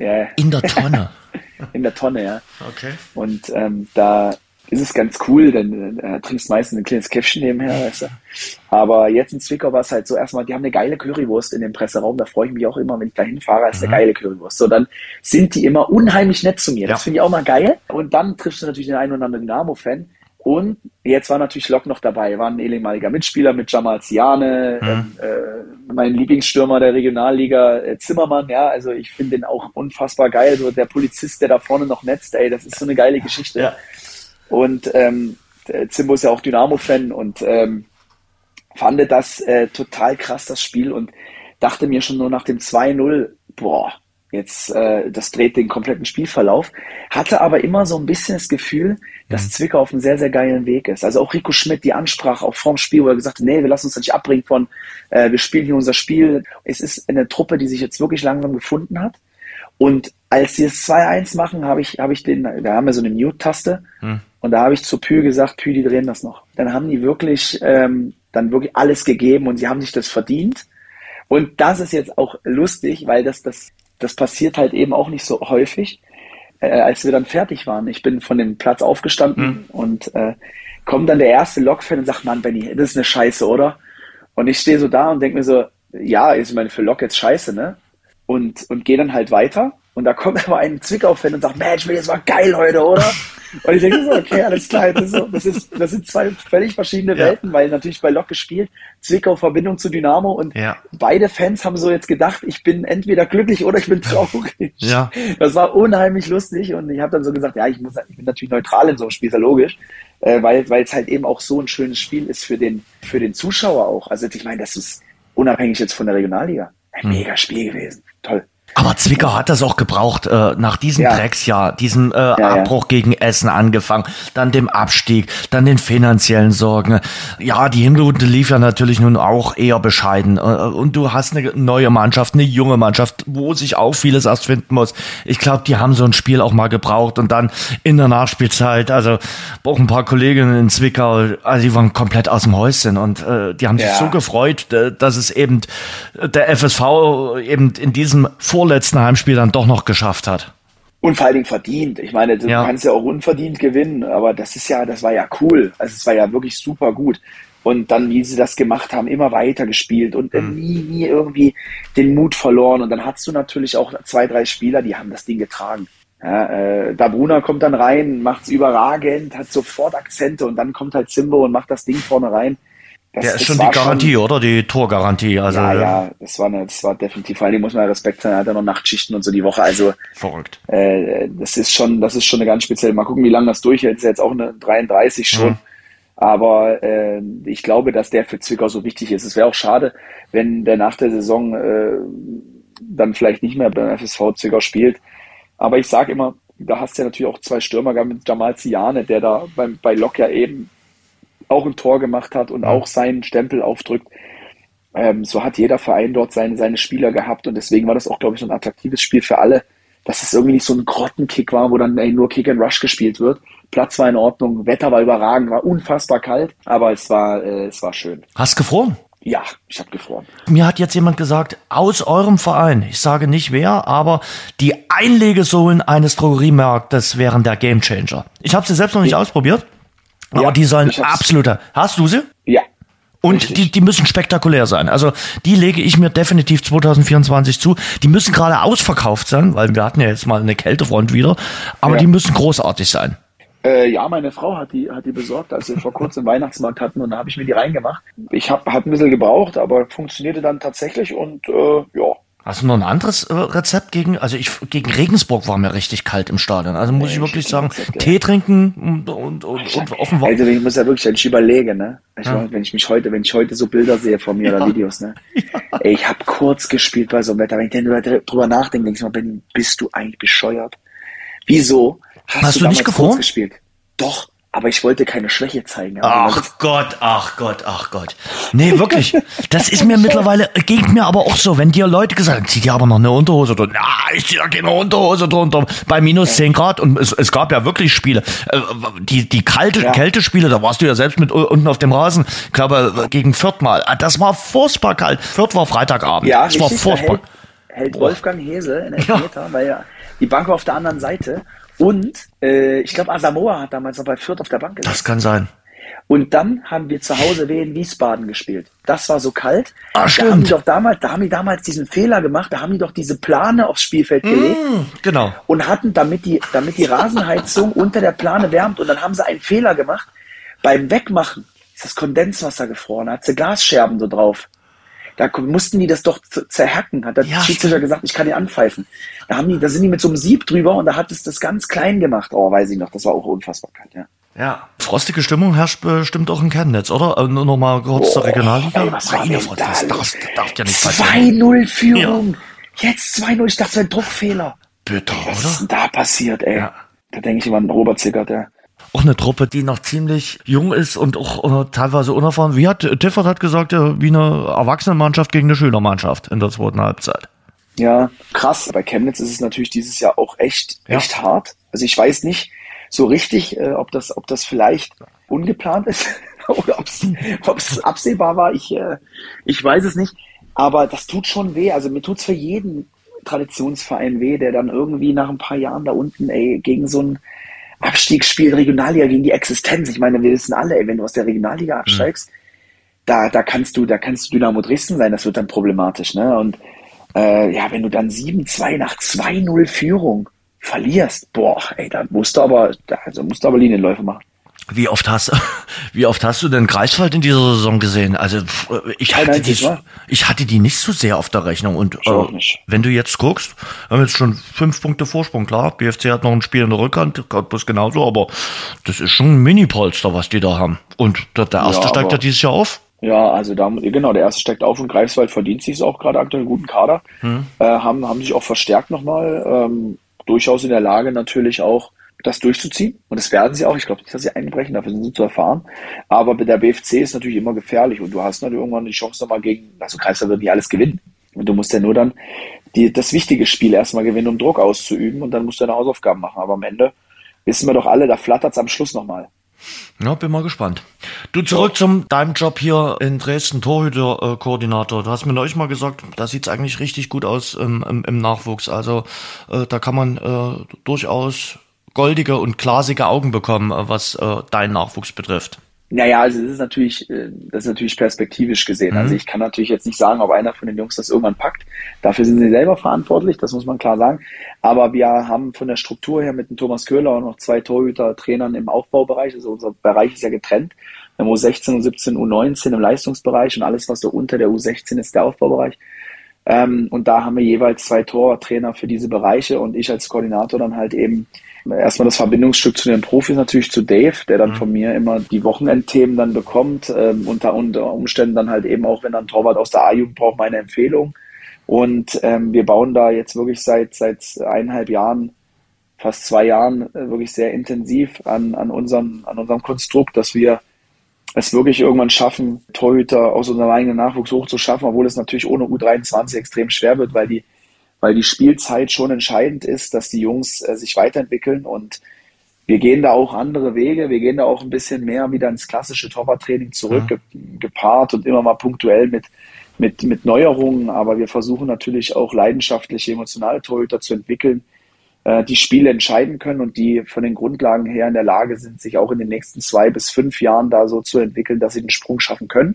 Tonne. In der Tonne, ja. Okay. Und da ist es ganz cool, denn trinkst meistens ein kleines Käffchen nebenher, weißt du. Aber jetzt in Zwickau war es halt so erstmal, die haben eine geile Currywurst in dem Presseraum, da freue ich mich auch immer, wenn ich da hinfahre, ist eine geile Currywurst. So, dann sind die immer unheimlich nett zu mir, das finde ich auch mal geil. Und dann triffst du natürlich den einen oder anderen Dynamo-Fan. Und jetzt war natürlich Lok noch dabei, war ein ehemaliger Mitspieler mit Jamal Ziane, mein Lieblingsstürmer der Regionalliga, Zimmermann, ja, also ich finde den auch unfassbar geil, so der Polizist, der da vorne noch netzt, ey, das ist so eine geile Geschichte. Ja. Und Zimbo ist ja auch Dynamo-Fan und fand das total krass, das Spiel, und dachte mir schon nur nach dem 2-0, boah, jetzt das dreht den kompletten Spielverlauf. Hatte aber immer so ein bisschen das Gefühl, dass Zwickau auf einem sehr, sehr geilen Weg ist. Also auch Rico Schmidt, die Ansprache auch vorm Spiel, wo er gesagt hat, nee, wir lassen uns da nicht abbringen von, wir spielen hier unser Spiel. Es ist eine Truppe, die sich jetzt wirklich langsam gefunden hat. Und als sie das 2-1 machen, da haben wir so eine Mute-Taste, und da habe ich zu Pü gesagt, Pü, die drehen das noch. Dann haben die wirklich alles gegeben und sie haben sich das verdient. Und das ist jetzt auch lustig, weil das passiert halt eben auch nicht so häufig. Als wir dann fertig waren, ich bin von dem Platz aufgestanden und kommt dann der erste Lok-Fan und sagt, Mann, Benni, das ist eine Scheiße, oder? Und ich stehe so da und denke mir so, ja, ich meine, für Lok jetzt scheiße, ne? Und gehe dann halt weiter. Und da kommt aber ein Zwickau-Fan und sagt, Mensch, das war geil heute, oder? Und ich denke so, okay, alles klar, das sind zwei völlig verschiedene Welten, weil natürlich bei Lok gespielt, Zwickau Verbindung zu Dynamo, und beide Fans haben so jetzt gedacht, ich bin entweder glücklich oder ich bin traurig. Ja. Das war unheimlich lustig, und ich habe dann so gesagt, ja, ich bin natürlich neutral in so einem Spiel, ist ja logisch, weil es halt eben auch so ein schönes Spiel ist für den Zuschauer auch. Also ich meine, das ist unabhängig jetzt von der Regionalliga ein mega Spiel gewesen. Toll. Aber Zwickau hat das auch gebraucht, nach diesem Drecksjahr, diesem Abbruch gegen Essen angefangen, dann dem Abstieg, dann den finanziellen Sorgen. Ja, die Hinrunde lief ja natürlich nun auch eher bescheiden. Und du hast eine neue Mannschaft, eine junge Mannschaft, wo sich auch vieles erst finden muss. Ich glaube, die haben so ein Spiel auch mal gebraucht. Und dann in der Nachspielzeit, also auch ein paar Kolleginnen in Zwickau, also die waren komplett aus dem Häuschen. Und die haben sich so gefreut, dass es eben der FSV eben in diesem vorletzten Heimspiel dann doch noch geschafft hat. Und vor allen Dingen verdient. Ich meine, du kannst ja auch unverdient gewinnen, aber das war ja cool. Also es war ja wirklich super gut. Und dann, wie sie das gemacht haben, immer weiter gespielt und nie irgendwie den Mut verloren. Und dann hast du natürlich auch 2, 3 Spieler, die haben das Ding getragen. Ja, Dabruna kommt dann rein, macht's überragend, hat sofort Akzente, und dann kommt halt Zimbo und macht das Ding vorne rein. Der ist schon die Garantie, oder? Die Torgarantie. Also, ja, das war definitiv, vor allem muss man ja Respekt sein, er hat ja noch Nachtschichten und so die Woche, also verrückt. Das ist schon eine ganz spezielle. Mal gucken, wie lange das durchhält. Ist jetzt auch eine 33 schon. Aber ich glaube, dass der für Zwickau so wichtig ist. Es wäre auch schade, wenn der nach der Saison dann vielleicht nicht mehr beim FSV Zwickau spielt. Aber ich sage immer, da hast du ja natürlich auch zwei Stürmer gehabt mit Jamal Ziane, der da bei Lok ja eben auch ein Tor gemacht hat und auch seinen Stempel aufdrückt. So hat jeder Verein dort seine Spieler gehabt und deswegen war das auch, glaube ich, so ein attraktives Spiel für alle, dass es irgendwie nicht so ein Grottenkick war, wo dann nur Kick and Rush gespielt wird. Platz war in Ordnung, Wetter war überragend, war unfassbar kalt, aber es war schön. Hast gefroren? Ja, ich habe gefroren. Mir hat jetzt jemand gesagt, aus eurem Verein, ich sage nicht wer, aber die Einlegesohlen eines Drogeriemarktes wären der Gamechanger. Ich habe sie selbst noch nicht ausprobiert. Aber die sollen absoluter. Hast du sie? Ja. Und die müssen spektakulär sein. Also die lege ich mir definitiv 2024 zu. Die müssen gerade ausverkauft sein, weil wir hatten ja jetzt mal eine Kältefront wieder. Aber die müssen großartig sein. Ja, meine Frau hat die besorgt, als wir vor kurzem Weihnachtsmarkt hatten und da habe ich mir die reingemacht. Hat ein bisschen gebraucht, aber funktionierte dann tatsächlich und ja. Hast du noch ein anderes Rezept gegen Regensburg war mir richtig kalt im Stadion. Also muss ich wirklich sagen, Tee trinken und offen war. Also ich muss ja wirklich, wenn ich überlege, ne? Wenn ich heute so Bilder sehe von mir oder Videos, ne? Ey, ich habe kurz gespielt bei so einem Wetter. Wenn ich denn drüber nachdenke, denke ich mal, Benni, bist du eigentlich bescheuert? Wieso hast du nicht gefroren? Kurz gespielt? Doch. Aber ich wollte keine Schwäche zeigen. Ach Gott. Nee, wirklich. Das ist mir mittlerweile, geht mir aber auch so, wenn dir Leute gesagt haben, zieh dir aber noch eine Unterhose drunter. Na, ich zieh da keine Unterhose drunter. Bei minus 10 Grad. Und es gab ja wirklich Spiele. Die Kältespiele, da warst du ja selbst mit unten auf dem Rasen. Ich glaube, gegen Fürth mal. Das war furchtbar kalt. Fürth war Freitagabend. Ja, das war furchtbar. Hält Wolfgang Hese in Elfmeter, weil ja die Bank war auf der anderen Seite. Und ich glaube, Asamoah hat damals noch bei Fürth auf der Bank gesessen. Das kann sein. Und dann haben wir zu Hause in Wiesbaden gespielt. Das war so kalt. Stimmt. Da haben die damals diesen Fehler gemacht, da haben die doch diese Plane aufs Spielfeld gelegt. Genau. Und hatten, damit die Rasenheizung unter der Plane wärmt. Und dann haben sie einen Fehler gemacht. Beim Wegmachen ist das Kondenswasser gefroren, da hat sie Glasscherben so drauf. Da mussten die das doch zerhacken, hat der Schiedsrichter gesagt, ich kann die anpfeifen. Da sind die mit so einem Sieb drüber und da hat es das ganz klein gemacht. Oh, weiß ich noch, das war auch unfassbar kalt, ja. Ja, frostige Stimmung herrscht bestimmt auch in Chemnitz, oder? Nur noch mal kurz zur Regionalliga. Ey, was war denn das darf ja nicht 2-0 Führung. Ja. Jetzt 2-0, ich dachte, das wäre ein Druckfehler. Bitte, oder? Was ist denn da passiert, ey? Ja. Da denke ich immer an Robert Zickert, ja. Auch eine Truppe, die noch ziemlich jung ist und auch teilweise unerfahren. Tiffert hat gesagt, wie eine Erwachsenenmannschaft gegen eine Schülermannschaft in der zweiten Halbzeit. Ja, krass. Bei Chemnitz ist es natürlich dieses Jahr auch echt hart. Also ich weiß nicht so richtig, ob das vielleicht ungeplant ist oder ob es absehbar war. Ich weiß es nicht. Aber das tut schon weh. Also mir tut's für jeden Traditionsverein weh, der dann irgendwie nach ein paar Jahren da unten gegen so ein Abstiegsspiel Regionalliga, gegen die Existenz. Ich meine, wir wissen alle, wenn du aus der Regionalliga absteigst, da kannst du Dynamo Dresden sein, das wird dann problematisch, ne? Und wenn du dann 7-2 nach 2-0 Führung verlierst, da musst du aber Linienläufe machen. Wie oft hast du denn Greifswald in dieser Saison gesehen? Also ich hatte die nicht so sehr auf der Rechnung. Und wenn du jetzt guckst, haben wir jetzt schon 5 Punkte Vorsprung, klar. BFC hat noch ein Spiel in der Rückhand, Cottbus genauso, aber das ist schon ein Mini-Polster, was die da haben. Und der erste steigt ja dieses Jahr auf. Ja, also der erste steigt auf und Greifswald verdient sich auch gerade aktuell einen guten Kader. Haben sich auch verstärkt nochmal. Durchaus in der Lage natürlich auch, das durchzuziehen. Und das werden sie auch. Ich glaube nicht, dass sie einbrechen, dafür sind sie zu erfahren. Aber der BFC ist natürlich immer gefährlich und du hast natürlich irgendwann die Chance nochmal Greifswald wird nicht alles gewinnen. Und du musst ja nur dann das wichtige Spiel erstmal gewinnen, um Druck auszuüben und dann musst du deine Hausaufgaben machen. Aber am Ende wissen wir doch alle, da flattert's am Schluss nochmal. Ja, bin mal gespannt. Du, zurück zu deinem Job hier in Dresden, Torhüter-Koordinator. Du hast mir neulich mal gesagt, da sieht's eigentlich richtig gut aus im Nachwuchs. Also da kann man durchaus goldige und glasige Augen bekommen, was deinen Nachwuchs betrifft. Naja, also das ist natürlich perspektivisch gesehen. Also ich kann natürlich jetzt nicht sagen, ob einer von den Jungs das irgendwann packt. Dafür sind sie selber verantwortlich, das muss man klar sagen. Aber wir haben von der Struktur her mit dem Thomas Köhler auch noch 2 Torhüter-Trainern im Aufbaubereich. Also unser Bereich ist ja getrennt. im U16, U17, U19 im Leistungsbereich und alles, was so unter der U16 ist, der Aufbaubereich. Und da haben wir jeweils 2 Torwarttrainer für diese Bereiche und ich als Koordinator dann halt eben erstmal das Verbindungsstück zu den Profis natürlich zu Dave, der dann von mir immer die Wochenendthemen dann bekommt, unter Umständen dann halt eben auch, wenn dann ein Torwart aus der A-Jugend braucht, meine Empfehlung. Und wir bauen da jetzt wirklich seit 1,5 Jahren, fast 2 Jahren, wirklich sehr intensiv an unserem Konstrukt, dass wir es wirklich irgendwann schaffen, Torhüter aus unserem eigenen Nachwuchs hochzuschaffen, obwohl es natürlich ohne U23 extrem schwer wird, weil die Spielzeit schon entscheidend ist, dass die Jungs sich weiterentwickeln und wir gehen da auch andere Wege, wir gehen da auch ein bisschen mehr wieder ins klassische Torwarttraining zurück, gepaart und immer mal punktuell mit Neuerungen, aber wir versuchen natürlich auch leidenschaftliche, emotionale Torhüter zu entwickeln, die Spiele entscheiden können und die von den Grundlagen her in der Lage sind, sich auch in den nächsten 2 bis 5 Jahren da so zu entwickeln, dass sie den Sprung schaffen können.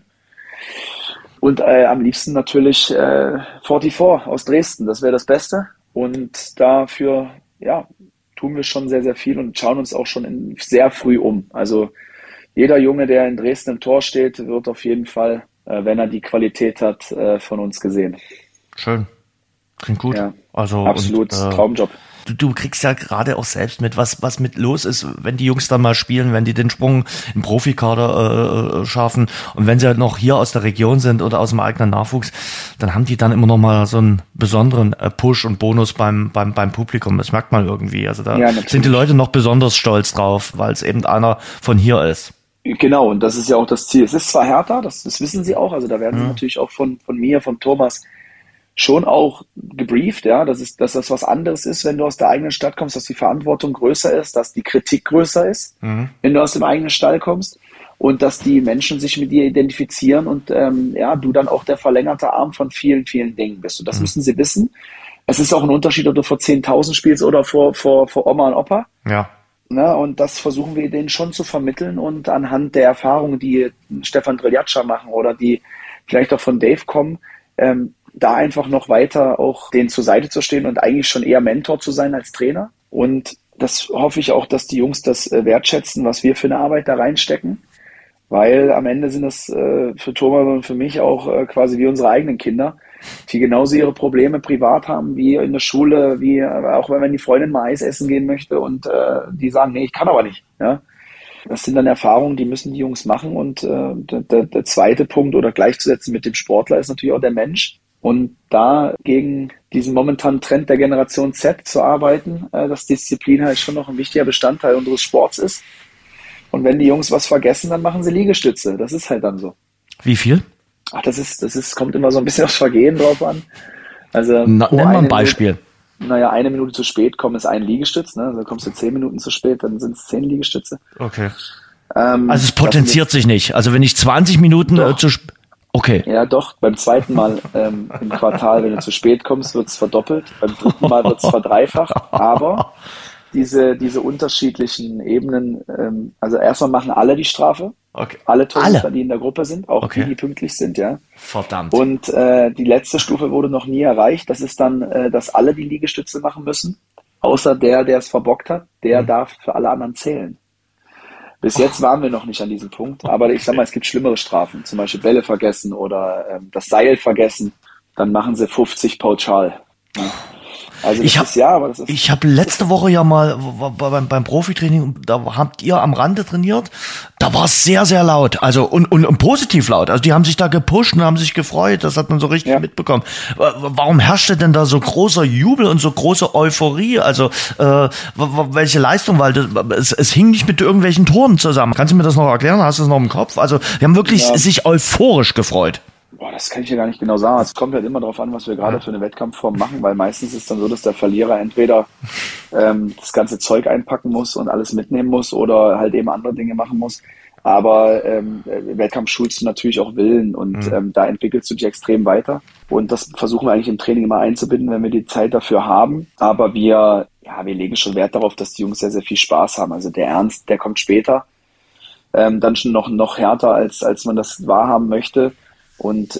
Und am liebsten natürlich 44 aus Dresden, das wäre das Beste. Und dafür tun wir schon sehr, sehr viel und schauen uns auch schon sehr früh um. Also jeder Junge, der in Dresden im Tor steht, wird auf jeden Fall, wenn er die Qualität hat, von uns gesehen. Schön. Klingt gut. Ja, also absolut Traumjob. Du kriegst ja gerade auch selbst mit, was mit los ist, wenn die Jungs dann mal spielen, wenn die den Sprung im Profikader schaffen und wenn sie halt noch hier aus der Region sind oder aus dem eigenen Nachwuchs, dann haben die dann immer noch mal so einen besonderen Push und Bonus beim Publikum. Das merkt man irgendwie. Also da sind die Leute noch besonders stolz drauf, weil es eben einer von hier ist. Genau, und das ist ja auch das Ziel. Es ist zwar härter, das wissen sie auch, also da werden sie natürlich auch von mir, von Thomas, schon auch gebrieft, ja, dass das was anderes ist, wenn du aus der eigenen Stadt kommst, dass die Verantwortung größer ist, dass die Kritik größer ist, wenn du aus dem eigenen Stall kommst und dass die Menschen sich mit dir identifizieren und du dann auch der verlängerte Arm von vielen, vielen Dingen bist. Und das müssen sie wissen. Es ist auch ein Unterschied, ob du vor 10.000 spielst oder vor Oma und Opa. Ja. Na, und das versuchen wir denen schon zu vermitteln und anhand der Erfahrungen, die Stefan Driljatscha machen oder die vielleicht auch von Dave kommen, da einfach noch weiter auch denen zur Seite zu stehen und eigentlich schon eher Mentor zu sein als Trainer. Und das hoffe ich auch, dass die Jungs das wertschätzen, was wir für eine Arbeit da reinstecken. Weil am Ende sind das für Thomas und für mich auch quasi wie unsere eigenen Kinder, die genauso ihre Probleme privat haben, wie in der Schule, wie auch wenn die Freundin mal Eis essen gehen möchte und die sagen, nee, ich kann aber nicht. Ja? Das sind dann Erfahrungen, die müssen die Jungs machen. Und der zweite Punkt oder gleichzusetzen mit dem Sportler ist natürlich auch der Mensch. Und da gegen diesen momentanen Trend der Generation Z zu arbeiten, dass Disziplin halt schon noch ein wichtiger Bestandteil unseres Sports ist. Und wenn die Jungs was vergessen, dann machen sie Liegestütze. Das ist halt dann so. Wie viel? Ach, kommt immer so ein bisschen aufs Vergehen drauf an. Also nenn mal ein Beispiel. Minute, 1 Minute zu spät kommen ist ein Liegestütz. Ne? Also kommst du 10 Minuten zu spät, dann sind es 10 Liegestütze. Okay. Also es potenziert sich nicht. Also wenn ich 20 Minuten zu spät... Okay. Ja, doch. Beim zweiten Mal im Quartal, wenn du zu spät kommst, wird es verdoppelt. Beim dritten Mal wird es verdreifacht. Aber diese unterschiedlichen Ebenen, also erstmal machen alle die Strafe. Okay. Alle Torhüter, die in der Gruppe sind, auch die pünktlich sind, ja. Verdammt. Und die letzte Stufe wurde noch nie erreicht. Das ist dann, dass alle die Liegestütze machen müssen. Außer der es verbockt hat, der darf für alle anderen zählen. Bis jetzt waren wir noch nicht an diesem Punkt, aber ich sag mal, es gibt schlimmere Strafen, zum Beispiel Bälle vergessen oder das Seil vergessen, dann machen sie 50 pauschal. Ja. Also ich habe letzte Woche ja mal beim Profitraining, da habt ihr am Rande trainiert, da war es sehr, sehr laut, also und positiv laut, also die haben sich da gepusht und haben sich gefreut, das hat man so richtig mitbekommen. Warum herrschte denn da so großer Jubel und so große Euphorie, also welche Leistung, weil es hing nicht mit irgendwelchen Toren zusammen. Kannst du mir das noch erklären, hast du es noch im Kopf? Also die haben wirklich sich euphorisch gefreut. Boah, das kann ich dir gar nicht genau sagen. Es kommt halt immer darauf an, was wir gerade für eine Wettkampfform machen, weil meistens ist es dann so, dass der Verlierer entweder das ganze Zeug einpacken muss und alles mitnehmen muss oder halt eben andere Dinge machen muss. Aber Wettkampf schulst du natürlich auch Willen und da entwickelst du dich extrem weiter. Und das versuchen wir eigentlich im Training immer einzubinden, wenn wir die Zeit dafür haben. Aber wir legen schon Wert darauf, dass die Jungs sehr, sehr viel Spaß haben. Also der Ernst, der kommt später. Dann schon noch härter, als man das wahrhaben möchte. Und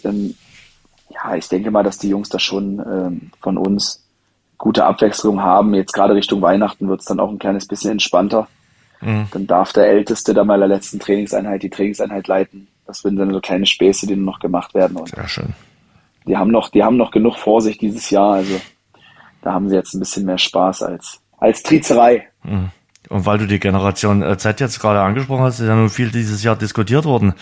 ich denke mal, dass die Jungs da schon von uns gute Abwechslung haben. Jetzt gerade Richtung Weihnachten wird es dann auch ein kleines bisschen entspannter. dann darf der Älteste dann mal der letzten Trainingseinheit die Trainingseinheit leiten. Das sind dann so kleine Späße, die noch gemacht werden. Und sehr schön. Die haben noch genug vor sich dieses Jahr. Also da haben sie jetzt ein bisschen mehr Spaß als Trizerei. Und weil du die Generation Z jetzt gerade angesprochen hast, ist ja nun viel dieses Jahr diskutiert worden.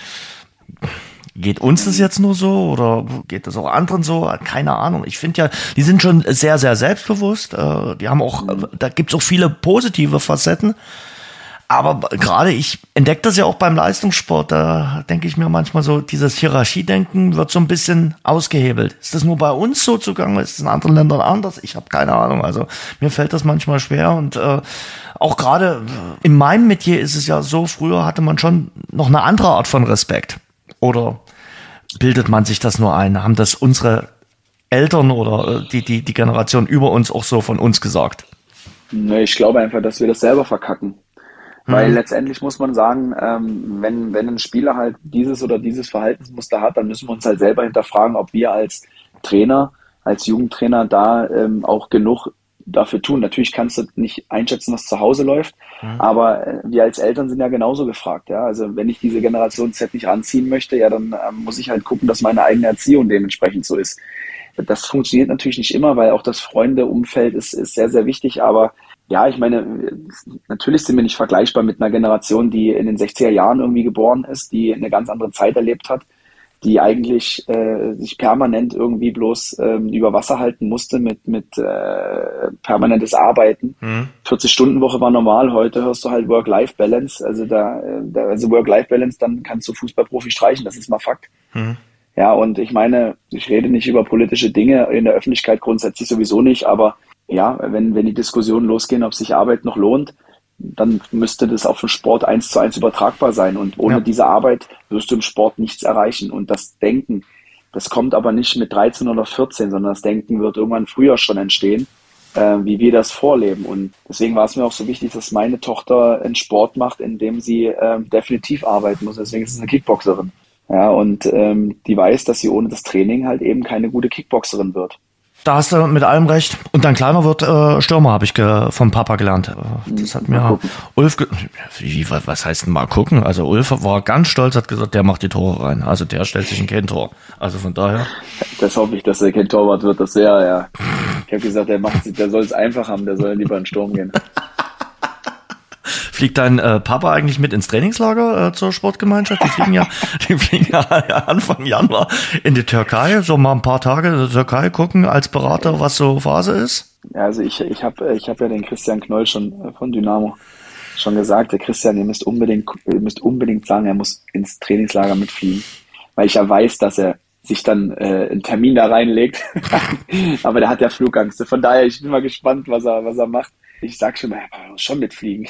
Geht uns das jetzt nur so oder geht das auch anderen so? Keine Ahnung. Ich finde ja, die sind schon sehr, sehr selbstbewusst. Die haben auch, da gibt's auch viele positive Facetten. Aber gerade ich entdecke das ja auch beim Leistungssport. Da denke ich mir manchmal so, dieses Hierarchiedenken wird so ein bisschen ausgehebelt. Ist das nur bei uns so zugange? Ist es in anderen Ländern anders? Ich habe keine Ahnung. Also mir fällt das manchmal schwer. Und auch gerade in meinem Metier ist es ja so, früher hatte man schon noch eine andere Art von Respekt. Oder bildet man sich das nur ein? Haben das unsere Eltern oder die Generation über uns auch so von uns gesagt? Nee, ich glaube einfach, dass wir das selber verkacken. Weil letztendlich muss man sagen, wenn ein Spieler halt dieses oder dieses Verhaltensmuster hat, dann müssen wir uns halt selber hinterfragen, ob wir als Trainer, als Jugendtrainer da auch genug dafür tun. Natürlich kannst du nicht einschätzen, was zu Hause läuft, aber wir als Eltern sind ja genauso gefragt. Ja? Also wenn ich diese Generation Z nicht ranziehen möchte, ja, dann muss ich halt gucken, dass meine eigene Erziehung dementsprechend so ist. Das funktioniert natürlich nicht immer, weil auch das Freundeumfeld ist sehr, sehr wichtig, aber ja, ich meine, natürlich sind wir nicht vergleichbar mit einer Generation, die in den 60er Jahren irgendwie geboren ist, die eine ganz andere Zeit erlebt hat, die eigentlich sich permanent irgendwie bloß über Wasser halten musste mit permanentes Arbeiten. 40-Stunden-Woche war normal, heute hörst du halt Work-Life-Balance. Also also Work-Life-Balance, dann kannst du Fußballprofi streichen, das ist mal Fakt. Ja, und ich meine, ich rede nicht über politische Dinge in der Öffentlichkeit grundsätzlich sowieso nicht, aber ja, wenn die Diskussionen losgehen, ob sich Arbeit noch lohnt, dann müsste das auf den Sport 1:1 übertragbar sein. Und ohne diese Arbeit wirst du im Sport nichts erreichen. Und das Denken, das kommt aber nicht mit 13 oder 14, sondern das Denken wird irgendwann früher schon entstehen, wie wir das vorleben. Und deswegen war es mir auch so wichtig, dass meine Tochter einen Sport macht, in dem sie definitiv arbeiten muss. Deswegen ist es eine Kickboxerin. Ja, und die weiß, dass sie ohne das Training halt eben keine gute Kickboxerin wird. Da hast du mit allem recht. Und dein Kleiner wird Stürmer, habe ich vom Papa gelernt. Das hat mir Ulf... Was heißt denn mal gucken? Also Ulf war ganz stolz, hat gesagt, der macht die Tore rein. Also der stellt sich ein Kein-Tor. Also von daher... Das hoffe ich, dass er kein Torwart wird. Das wäre, ja... Ich habe gesagt, der soll es einfach haben. Der soll lieber in den Sturm gehen. Fliegt dein Papa eigentlich mit ins Trainingslager zur Sportgemeinschaft? Die fliegen ja Anfang Januar in die Türkei, so mal ein paar Tage in der Türkei gucken als Berater, was so Phase ist? Ja, also ich hab ja den Christian Knoll schon von Dynamo schon gesagt, der Christian, ihr müsst unbedingt sagen, er muss ins Trainingslager mitfliegen, weil ich ja weiß, dass er sich dann einen Termin da reinlegt, aber der hat ja Flugangst. Von daher, ich bin mal gespannt, was er macht. Ich sag schon, er muss schon mitfliegen.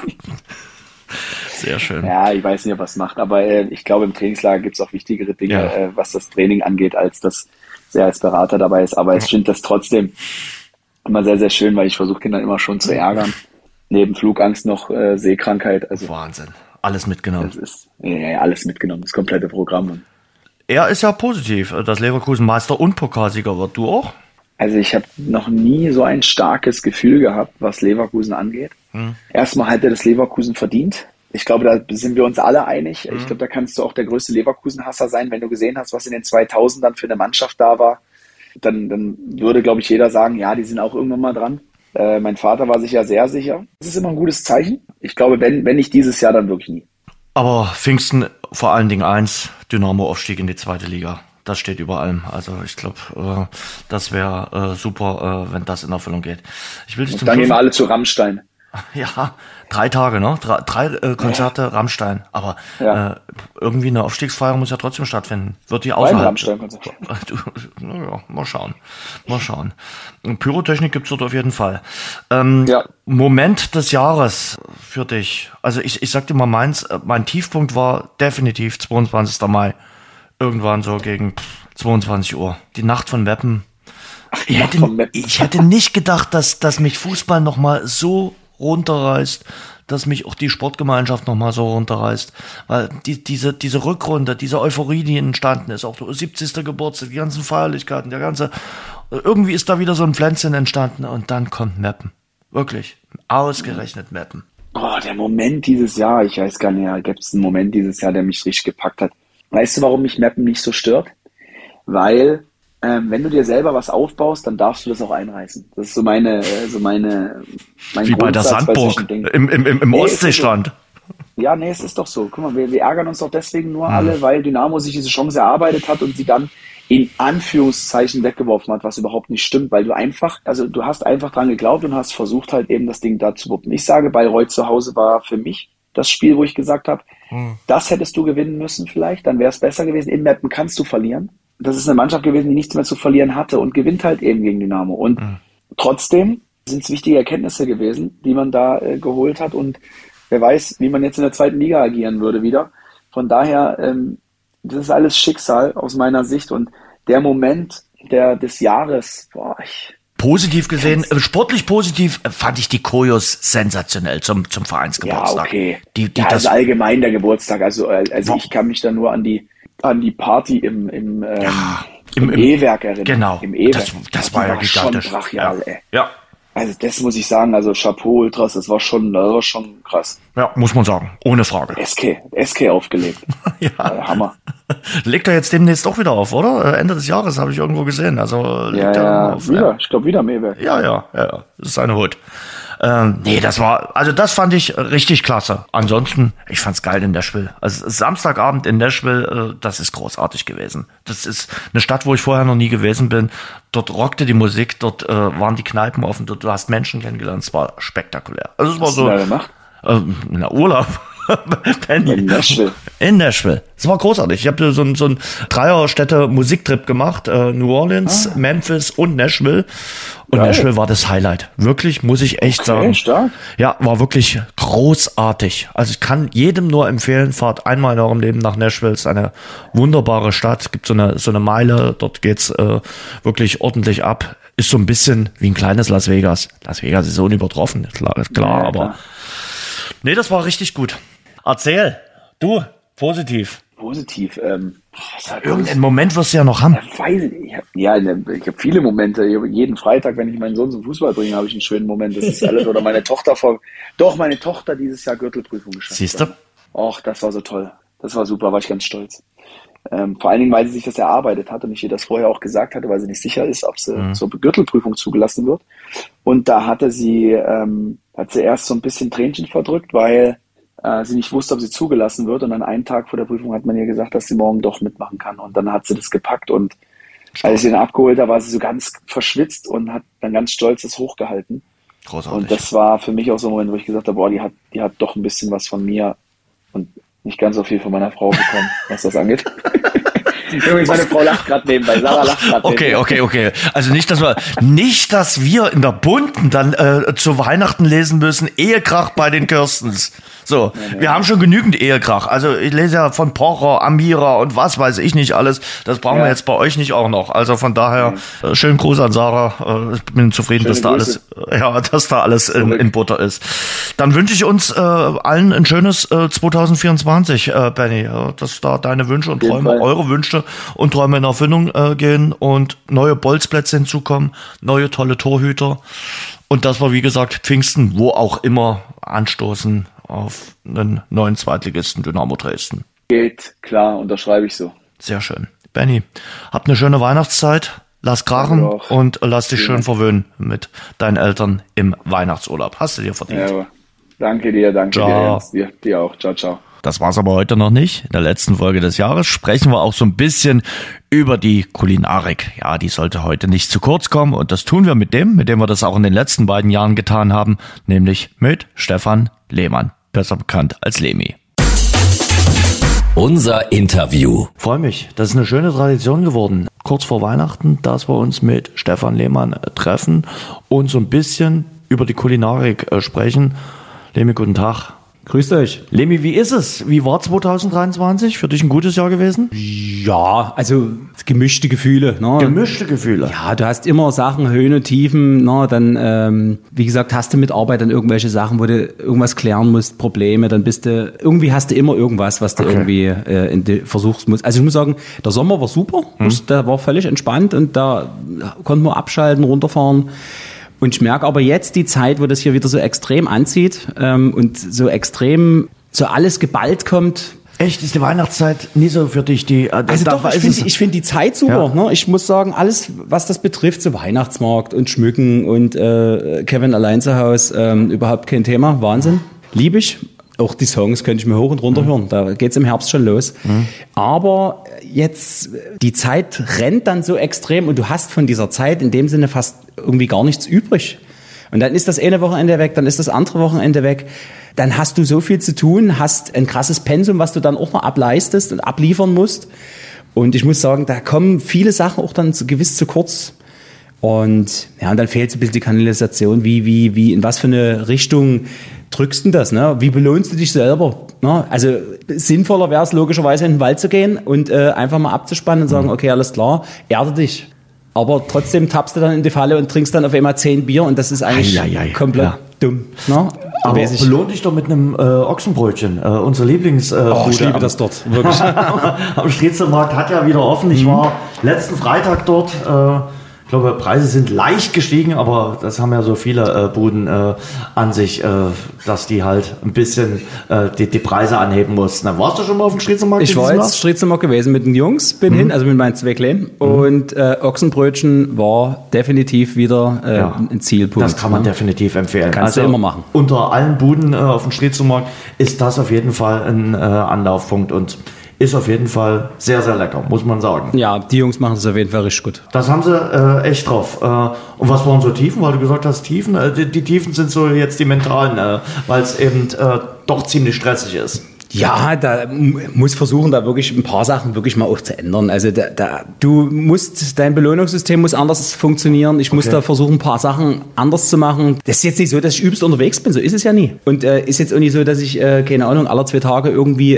Sehr schön. Ja, ich weiß nicht, ob er es macht, aber ich glaube, im Trainingslager gibt es auch wichtigere Dinge, was das Training angeht, als dass er als Berater dabei ist. Aber ich finde das trotzdem immer sehr, sehr schön, weil ich versuche, Kinder immer schon zu ärgern. Neben Flugangst noch Sehkrankheit. Also, Wahnsinn. Alles mitgenommen. Das ist alles mitgenommen, das komplette Programm. Er ist ja positiv, dass Leverkusen Meister und Pokalsieger wird. Du auch? Also ich habe noch nie so ein starkes Gefühl gehabt, was Leverkusen angeht. Erstmal hat er das Leverkusen verdient. Ich glaube, da sind wir uns alle einig. Ich glaube, da kannst du auch der größte Leverkusen-Hasser sein, wenn du gesehen hast, was in den 2000ern für eine Mannschaft da war. Dann würde, glaube ich, jeder sagen, ja, die sind auch irgendwann mal dran. Mein Vater war sich ja sehr sicher. Das ist immer ein gutes Zeichen. Ich glaube, wenn nicht dieses Jahr, dann wirklich nie. Aber Pfingsten vor allen Dingen eins, Dynamo-Aufstieg in die zweite Liga. Das steht über allem. Also ich glaube, das wäre super, wenn das in Erfüllung geht. Ich will dich zum Dann gehen wir alle zu Rammstein. Ja, 3 Tage, ne? Drei Konzerte, Rammstein. Aber irgendwie eine Aufstiegsfeier muss ja trotzdem stattfinden. Wird die außerhalb... Rammstein-Konzert. Naja, mal schauen. Pyrotechnik gibt's dort auf jeden Fall. Moment des Jahres für dich. Also ich sag dir mal meins, mein Tiefpunkt war definitiv 22. Mai. Irgendwann so gegen 22 Uhr. Die Nacht von Meppen. Ich hätte nicht gedacht, dass mich Fußball nochmal so runterreißt, dass mich auch die Sportgemeinschaft nochmal so runterreißt. Weil diese Rückrunde, diese Euphorie, die entstanden ist, auch der 70. Geburtstag, die ganzen Feierlichkeiten, irgendwie ist da wieder so ein Pflänzchen entstanden und dann kommt Meppen. Wirklich. Ausgerechnet Meppen. Der Moment dieses Jahr, ich weiß gar nicht, gibt es einen Moment dieses Jahr, der mich richtig gepackt hat. Weißt du, warum mich Meppen nicht so stört? Weil, wenn du dir selber was aufbaust, dann darfst du das auch einreißen. Das ist mein Wie bei der Sandburg im Ostseestrand. Ja, nee, es ist doch so. Guck mal, wir ärgern uns doch deswegen nur alle, weil Dynamo sich diese Chance erarbeitet hat und sie dann in Anführungszeichen weggeworfen hat, was überhaupt nicht stimmt, weil du hast einfach dran geglaubt und hast versucht halt eben das Ding da zu wuppen. Ich sage, Bayreuth zu Hause war für mich das Spiel, wo ich gesagt habe, das hättest du gewinnen müssen vielleicht, dann wäre es besser gewesen. In Meppen kannst du verlieren. Das ist eine Mannschaft gewesen, die nichts mehr zu verlieren hatte und gewinnt halt eben gegen Dynamo. Und trotzdem sind es wichtige Erkenntnisse gewesen, die man da geholt hat und wer weiß, wie man jetzt in der zweiten Liga agieren würde wieder. Von daher, das ist alles Schicksal aus meiner Sicht und der Moment des Jahres, positiv gesehen, sportlich positiv fand ich die Choreos sensationell zum Vereinsgeburtstag. Ja, okay. Das allgemein der Geburtstag. Also ich kann mich da nur an die Party im E-Werk erinnern. Genau. Im E-Werk. Das war ja gigantisch. Schon brachial, ey. Ja. Also das muss ich sagen, also Chapeau Ultras, das war schon krass. Ja, muss man sagen, ohne Frage. SK aufgelegt. Ja. Hammer. Legt er jetzt demnächst auch wieder auf, oder? Ende des Jahres habe ich irgendwo gesehen. Also legt er auf. Wieder. Ja. Ich glaube wieder am E-Werk. Ja. Das ist seine Hut. Das fand ich richtig klasse. Ansonsten, ich fand's geil in Nashville. Also Samstagabend in Nashville, das ist großartig gewesen. Das ist eine Stadt, wo ich vorher noch nie gewesen bin. Dort rockte die Musik, dort waren die Kneipen offen, du hast Menschen kennengelernt, es war spektakulär. Also es war so. Was hast du da gemacht? Urlaub. In Nashville. In Nashville. Das war großartig. Ich habe so einen Dreierstädte-Musiktrip gemacht. New Orleans, Memphis und Nashville. Und geil. Nashville war das Highlight. Wirklich, muss ich echt sagen. Stark. Ja, war wirklich großartig. Also ich kann jedem nur empfehlen, fahrt einmal in eurem Leben nach Nashville. Es ist eine wunderbare Stadt. Es gibt so eine Meile. Dort geht's wirklich ordentlich ab. Ist so ein bisschen wie ein kleines Las Vegas. Las Vegas ist unübertroffen, klar, ja, aber nee, das war richtig gut. Erzähl, du, positiv. Irgendeinen Moment wirst du ja noch haben. Ich habe viele Momente. Jeden Freitag, wenn ich meinen Sohn zum Fußball bringe, habe ich einen schönen Moment. Das ist alles. Oder meine Tochter dieses Jahr Gürtelprüfung geschafft. Siehst du? Och, das war so toll. Das war super, war ich ganz stolz. Vor allen Dingen, weil sie sich das erarbeitet hat und ich ihr das vorher auch gesagt hatte, weil sie nicht sicher ist, ob sie zur Gürtelprüfung zugelassen wird. Und da hat sie erst so ein bisschen Tränchen verdrückt, weil sie nicht wusste, ob sie zugelassen wird. Und dann einen Tag vor der Prüfung hat man ihr gesagt, dass sie morgen doch mitmachen kann. Und dann hat sie das gepackt. Und als ich sie dann abgeholt habe, war sie so ganz verschwitzt und hat dann ganz stolz das hochgehalten. Großartig. Und das war für mich auch so ein Moment, wo ich gesagt habe, die hat doch ein bisschen was von mir und nicht ganz so viel von meiner Frau bekommen, was das angeht. Übrigens, meine Frau lacht gerade nebenbei. Sarah lacht gerade nebenbei. Okay. Also nicht, dass wir in der Bunten dann zu Weihnachten lesen müssen, Ehekrach bei den Kirstens. So, wir haben schon genügend Ehekrach. Also ich lese ja von Pocher, Amira und was weiß ich nicht alles. Das brauchen wir jetzt bei euch nicht auch noch. Also von daher, schönen Gruß an Sarah. Ich bin zufrieden, dass da alles in Butter ist. Dann wünsche ich uns allen ein schönes 2024, Benny. Dass da deine Wünsche und Träume, eure Wünsche und Träume in Erfüllung gehen und neue Bolzplätze hinzukommen, neue tolle Torhüter. Und dass wir, wie gesagt, Pfingsten, wo auch immer, anstoßen auf einen neuen Zweitligisten Dynamo Dresden. Geht, klar, unterschreibe ich so. Sehr schön. Benny, habt eine schöne Weihnachtszeit, lass krachen und lass dich schön verwöhnen mit deinen Eltern im Weihnachtsurlaub. Hast du dir verdient. Ja, danke dir, Jens. Dir auch. Ciao, ciao. Das war's aber heute noch nicht. In der letzten Folge des Jahres sprechen wir auch so ein bisschen über die Kulinarik. Ja, die sollte heute nicht zu kurz kommen und das tun wir mit dem wir das auch in den letzten beiden Jahren getan haben, nämlich mit Stefan Lehmann, besser bekannt als Lemi. Unser Interview. Freue mich. Das ist eine schöne Tradition geworden. Kurz vor Weihnachten, dass wir uns mit Stefan Lehmann treffen und so ein bisschen über die Kulinarik sprechen. Lemi, guten Tag. Grüßt euch. Lemi, wie ist es? Wie war 2023? Für dich ein gutes Jahr gewesen? Ja, also gemischte Gefühle. Ne? Gemischte Gefühle? Ja, du hast immer Sachen, Höhen und Tiefen. Ne? Dann, wie gesagt, hast du mit Arbeit dann irgendwelche Sachen, wo du irgendwas klären musst, Probleme. Dann hast du immer irgendwas, was du irgendwie versuchst musst. Also ich muss sagen, der Sommer war super. Der war völlig entspannt und da konnten wir abschalten, runterfahren. Und ich merke aber jetzt die Zeit, wo das hier wieder so extrem anzieht und so extrem so alles geballt kommt. Echt, ist die Weihnachtszeit nie so für dich? Also doch, ich finde die Zeit super. Ja. Ne? Ich muss sagen, alles, was das betrifft, so Weihnachtsmarkt und Schmücken und Kevin allein zu Hause, überhaupt kein Thema. Wahnsinn. Liebe ich. Auch die Songs könnte ich mir hoch und runter hören. Da geht's im Herbst schon los. Aber jetzt, die Zeit rennt dann so extrem und du hast von dieser Zeit in dem Sinne fast irgendwie gar nichts übrig. Und dann ist das eine Wochenende weg, dann ist das andere Wochenende weg. Dann hast du so viel zu tun, hast ein krasses Pensum, was du dann auch noch ableistest und abliefern musst. Und ich muss sagen, da kommen viele Sachen auch dann gewiss zu kurz. Und ja, und dann fehlt so ein bisschen die Kanalisation, wie, in was für eine Richtung drückst du das, ne? Wie belohnst du dich selber? Ne? Also sinnvoller wäre es logischerweise in den Wald zu gehen und einfach mal abzuspannen und sagen, okay, alles klar, erde dich. Aber trotzdem tappst du dann in die Falle und trinkst dann auf einmal 10 Bier und das ist eigentlich komplett dumm. Ne? Aber belohn dich doch mit einem Ochsenbrötchen, unser Lieblingsbude. Ich liebe das dort, wirklich. Am Striezelmarkt hat ja wieder offen. Ich war letzten Freitag dort. Ich glaube, Preise sind leicht gestiegen, aber das haben ja so viele Buden an sich, dass die halt ein bisschen die Preise anheben mussten. Warst du schon mal auf dem Striezelmarkt? Ich war jetzt Striezelmarkt gewesen mit den Jungs, bin hin, also mit meinen 2 Kleinen. Und Ochsenbrötchen war definitiv wieder ein Zielpunkt. Das kann man definitiv empfehlen. Kannst du immer machen. Unter allen Buden auf dem Striezelmarkt ist das auf jeden Fall ein Anlaufpunkt und ist auf jeden Fall sehr, sehr lecker, muss man sagen. Ja, die Jungs machen es auf jeden Fall richtig gut. Das haben sie echt drauf. Und was waren so Tiefen? Weil du gesagt hast, Tiefen. Die Tiefen sind so jetzt die mentalen, weil es eben doch ziemlich stressig ist. Ja, da muss versuchen, da wirklich ein paar Sachen wirklich mal auch zu ändern. Also du musst, dein Belohnungssystem muss anders funktionieren. Ich muss da versuchen, ein paar Sachen anders zu machen. Das ist jetzt nicht so, dass ich übelst unterwegs bin. So ist es ja nie. Und ist jetzt auch nicht so, dass ich, keine Ahnung, alle 2 Tage irgendwie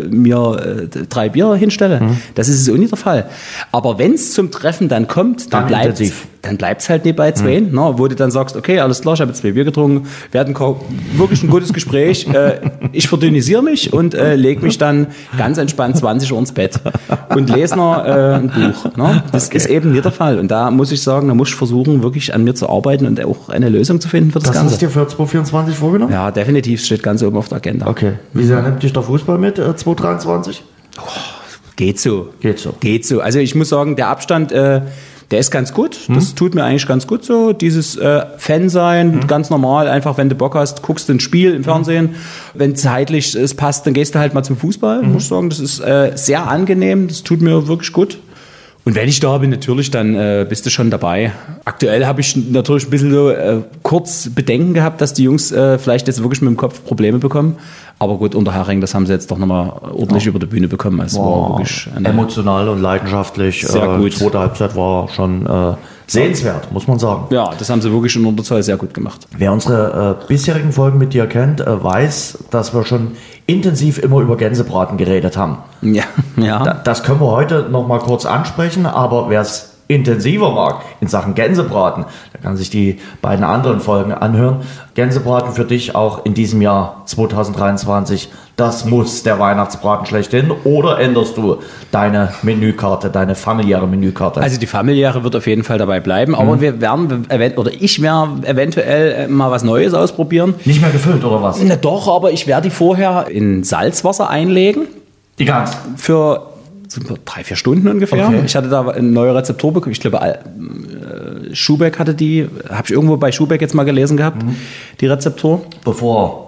mir 3 Bier hinstelle. Das ist auch nicht der Fall. Aber wenn es zum Treffen dann kommt, dann bleibt es halt nicht bei 2, ne, wo du dann sagst, okay, alles klar, ich habe 2 Bier getrunken, wir hatten wirklich ein gutes Gespräch, ich verdünnisiere mich und lege mich dann ganz entspannt 20 Uhr ins Bett und lese noch ein Buch. Ne? Das ist eben nicht der Fall. Und da muss ich sagen, da muss ich versuchen, wirklich an mir zu arbeiten und auch eine Lösung zu finden für das Ganze. Das hast du dir für 2024 vorgenommen? Ja, definitiv, steht ganz oben auf der Agenda. Okay. Wie sehr nimmt dich der Fußball mit, 2023? Geht so. Also ich muss sagen, der Abstand... der ist ganz gut, das tut mir eigentlich ganz gut so, dieses Fan sein, ganz normal, einfach wenn du Bock hast, guckst du ein Spiel im Fernsehen, wenn zeitlich es passt, dann gehst du halt mal zum Fußball, muss ich sagen, das ist sehr angenehm, das tut mir wirklich gut. Und wenn ich da bin, natürlich, dann bist du schon dabei. Aktuell habe ich natürlich ein bisschen so kurz Bedenken gehabt, dass die Jungs vielleicht jetzt wirklich mit dem Kopf Probleme bekommen. Aber gut, Unterhaching, das haben sie jetzt doch nochmal ordentlich über die Bühne bekommen. Es war wirklich emotional und leidenschaftlich. Sehr gut. Die zweite Halbzeit war schon sehenswert, muss man sagen. Ja, das haben sie wirklich in Unterzahl sehr gut gemacht. Wer unsere bisherigen Folgen mit dir kennt, weiß, dass wir schon intensiv immer über Gänsebraten geredet haben. Ja. Das können wir heute noch mal kurz ansprechen, aber wer es intensiver mag in Sachen Gänsebraten, der kann sich die beiden anderen Folgen anhören. Gänsebraten für dich auch in diesem Jahr 2023, das muss der Weihnachtsbraten schlechthin, oder änderst du deine Menükarte, deine familiäre Menükarte? Also die familiäre wird auf jeden Fall dabei bleiben, aber wir werden, ich werde eventuell mal was Neues ausprobieren. Nicht mehr gefüllt oder was? Na doch, aber ich werde die vorher in Salzwasser einlegen. Die ganz? Für 3-4 Stunden ungefähr. Okay. Ich hatte da eine neue Rezeptur bekommen. Ich glaube, Schubeck hatte die, habe ich irgendwo bei Schubeck jetzt mal gelesen gehabt, die Rezeptur. Bevor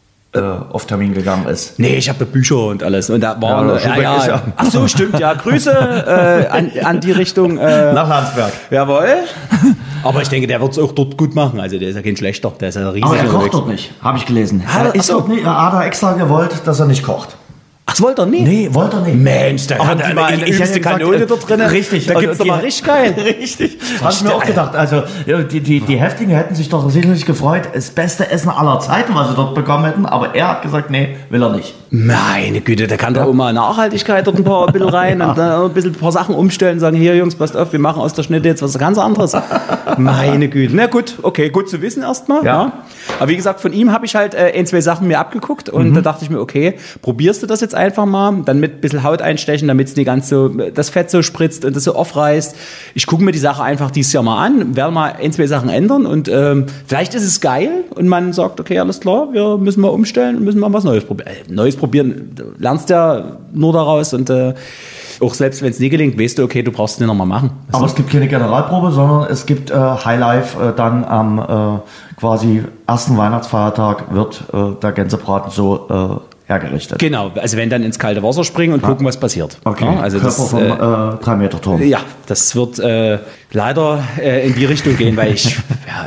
auf Termin gegangen ist. Nee, ich habe Bücher und alles. Und da waren ach so, stimmt, ja. Grüße an die Richtung. Nach Landsberg. Jawohl. Aber ich denke, der wird es auch dort gut machen. Also der ist ja kein schlechter. Der ist ja riesig. Aber er kocht dort nicht, habe ich gelesen. Er hat er extra gewollt, dass er nicht kocht. Ach, das wollte er nicht? Nee, wollte er nicht. Mensch, da hat die mal eine übelste Kanone da drin. Richtig. Da gibt's doch mal richtig geil. Richtig. Hab ich mir auch gedacht. Also, die Häftlinge hätten sich doch sicherlich gefreut. Das beste Essen aller Zeiten, was sie dort bekommen hätten. Aber er hat gesagt, nee, will er nicht. Meine Güte, da kann doch auch mal Nachhaltigkeit dort ein bisschen rein und dann ein paar Sachen umstellen und sagen, hier Jungs, passt auf, wir machen aus der Schnitte jetzt was ganz anderes. Meine Güte. Na gut, okay, gut zu wissen erstmal. Ja. Aber wie gesagt, von ihm habe ich halt 2 Sachen mir abgeguckt und da dachte ich mir, okay, probierst du das jetzt einfach mal, dann mit ein bisschen Haut einstechen, damit es nicht ganz so, das Fett so spritzt und das so aufreißt. Ich gucke mir die Sache einfach dieses Jahr mal an, werde mal 2 Sachen ändern und vielleicht ist es geil und man sagt, okay, alles klar, wir müssen mal umstellen und müssen mal was Neues probieren. Neues probieren, du lernst ja nur daraus und auch selbst wenn es nie gelingt, weißt du, okay, du brauchst es nicht nochmal machen. Aber es gibt keine Generalprobe, sondern es gibt Highlife dann am quasi ersten Weihnachtsfeiertag wird der Gänsebraten so hergerichtet. Genau, also wenn dann ins kalte Wasser springen und gucken, was passiert. Okay, ja, also Körper vom 3-Meter-Turm. Ja, das wird leider in die Richtung gehen, weil ich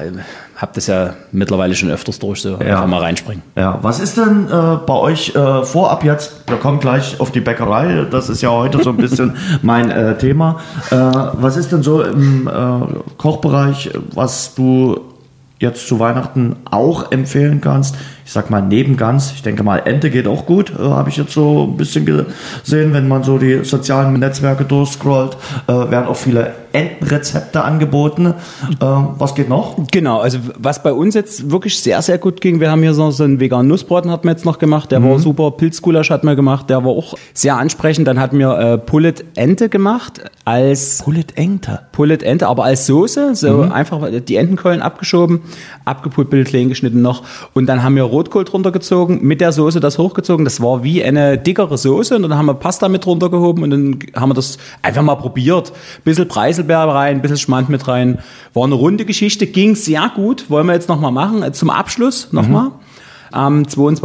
habe das ja mittlerweile schon öfters durch, so einfach mal reinspringen. Ja, was ist denn bei euch vorab jetzt, wir kommen gleich auf die Bäckerei, das ist ja heute so ein bisschen mein Thema. Was ist denn so im Kochbereich, was du jetzt zu Weihnachten auch empfehlen kannst? Ich sag mal neben Gans, ich denke mal Ente geht auch gut, habe ich jetzt so ein bisschen gesehen, wenn man so die sozialen Netzwerke durchscrollt, werden auch viele Entenrezepte angeboten. Was geht noch? Genau, also was bei uns jetzt wirklich sehr, sehr gut ging, wir haben hier so einen veganen Nussbraten hatten wir jetzt noch gemacht, der war super, Pilzgulasch hatten wir gemacht, der war auch sehr ansprechend, dann hatten wir Pullet Ente gemacht, als Pullet Ente, aber als Soße, so einfach die Entenkeulen abgeschoben, abgepult, klein geschnitten noch und dann haben wir Rotkohl drunter gezogen, mit der Soße das hochgezogen, das war wie eine dickere Soße und dann haben wir Pasta mit drunter gehoben und dann haben wir das einfach mal probiert, bisschen Preiselbeer rein, bisschen Schmand mit rein, war eine runde Geschichte, ging sehr gut, wollen wir jetzt nochmal machen, zum Abschluss nochmal. Am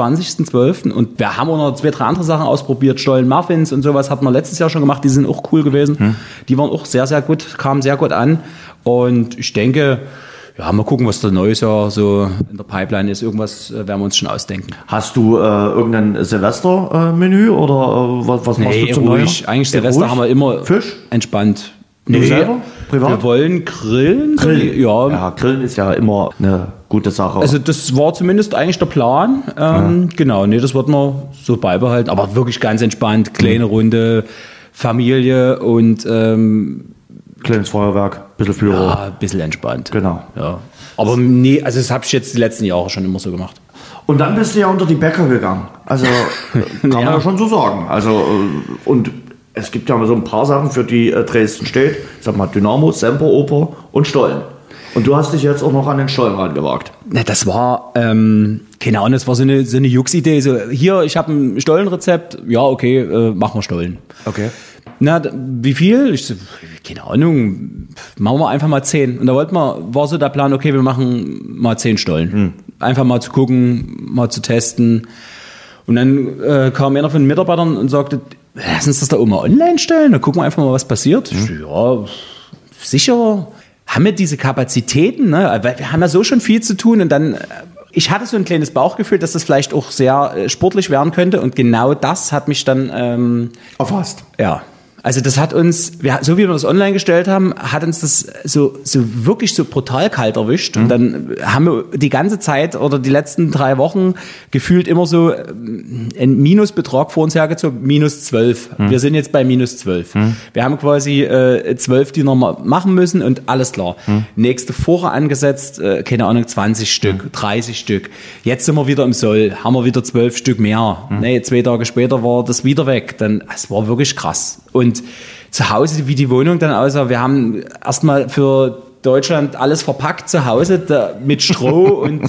22.12. Und wir haben auch noch 2, 3 andere Sachen ausprobiert. Stollen-Muffins und sowas hatten wir letztes Jahr schon gemacht. Die sind auch cool gewesen. Die waren auch sehr, sehr gut, kamen sehr gut an. Und ich denke, ja, mal gucken, was da Neues Jahr so in der Pipeline ist. Irgendwas werden wir uns schon ausdenken. Hast du irgendein Silvester-Menü oder was machst du zum Neujahr? Eigentlich Silvester haben wir immer Fisch? Entspannt. Du selber? Privat? Wir wollen grillen. Ja, Grillen ist ja immer eine gute Sache. Also das war zumindest eigentlich der Plan. Genau, das wird man so beibehalten. Aber wirklich ganz entspannt, kleine Runde, Familie und kleines Feuerwerk, bisschen Führer. Ja, ein bisschen entspannt. Genau. Ja. Aber nee, also das habe ich jetzt die letzten Jahre schon immer so gemacht. Und dann bist du ja unter die Bäcker gegangen. Also kann man ja schon so sagen. Also und es gibt ja so ein paar Sachen, für die Dresden steht. Ich sag mal Dynamo, Semperoper und Stollen. Und du hast dich jetzt auch noch an den Stollen rangewagt. Na, das war, keine Ahnung, das war so eine Jux-Idee. So, hier, ich habe ein Stollenrezept. Ja, okay, machen wir Stollen. Okay. Na, wie viel? Ich so, keine Ahnung, machen wir einfach mal 10. Und da war so der Plan, okay, wir machen mal 10 Stollen. Einfach mal zu gucken, mal zu testen. Und dann kam einer von den Mitarbeitern und sagte, lass uns das da oben mal online stellen, dann gucken wir einfach mal, was passiert. Ich so, ja, sicher. Haben wir diese Kapazitäten, ne? Weil wir haben ja so schon viel zu tun und dann, ich hatte so ein kleines Bauchgefühl, dass das vielleicht auch sehr sportlich werden könnte und genau das hat mich dann erfasst. Ja. Also das hat uns, so wie wir das online gestellt haben, hat uns das so wirklich so brutal kalt erwischt. Und dann haben wir die ganze Zeit oder die letzten 3 Wochen gefühlt immer so einen Minusbetrag vor uns hergezogen, -12. Wir sind jetzt bei -12. Wir haben quasi 12, die noch mal machen müssen und alles klar. Nächste Woche angesetzt, keine Ahnung, 20 Stück, 30 Stück. Jetzt sind wir wieder im Soll, haben wir wieder 12 Stück mehr. Nee, 2 Tage später war das wieder weg. Es war wirklich krass. Und zu Hause, wie die Wohnung dann aussah, wir haben erstmal für Deutschland alles verpackt zu Hause mit Stroh und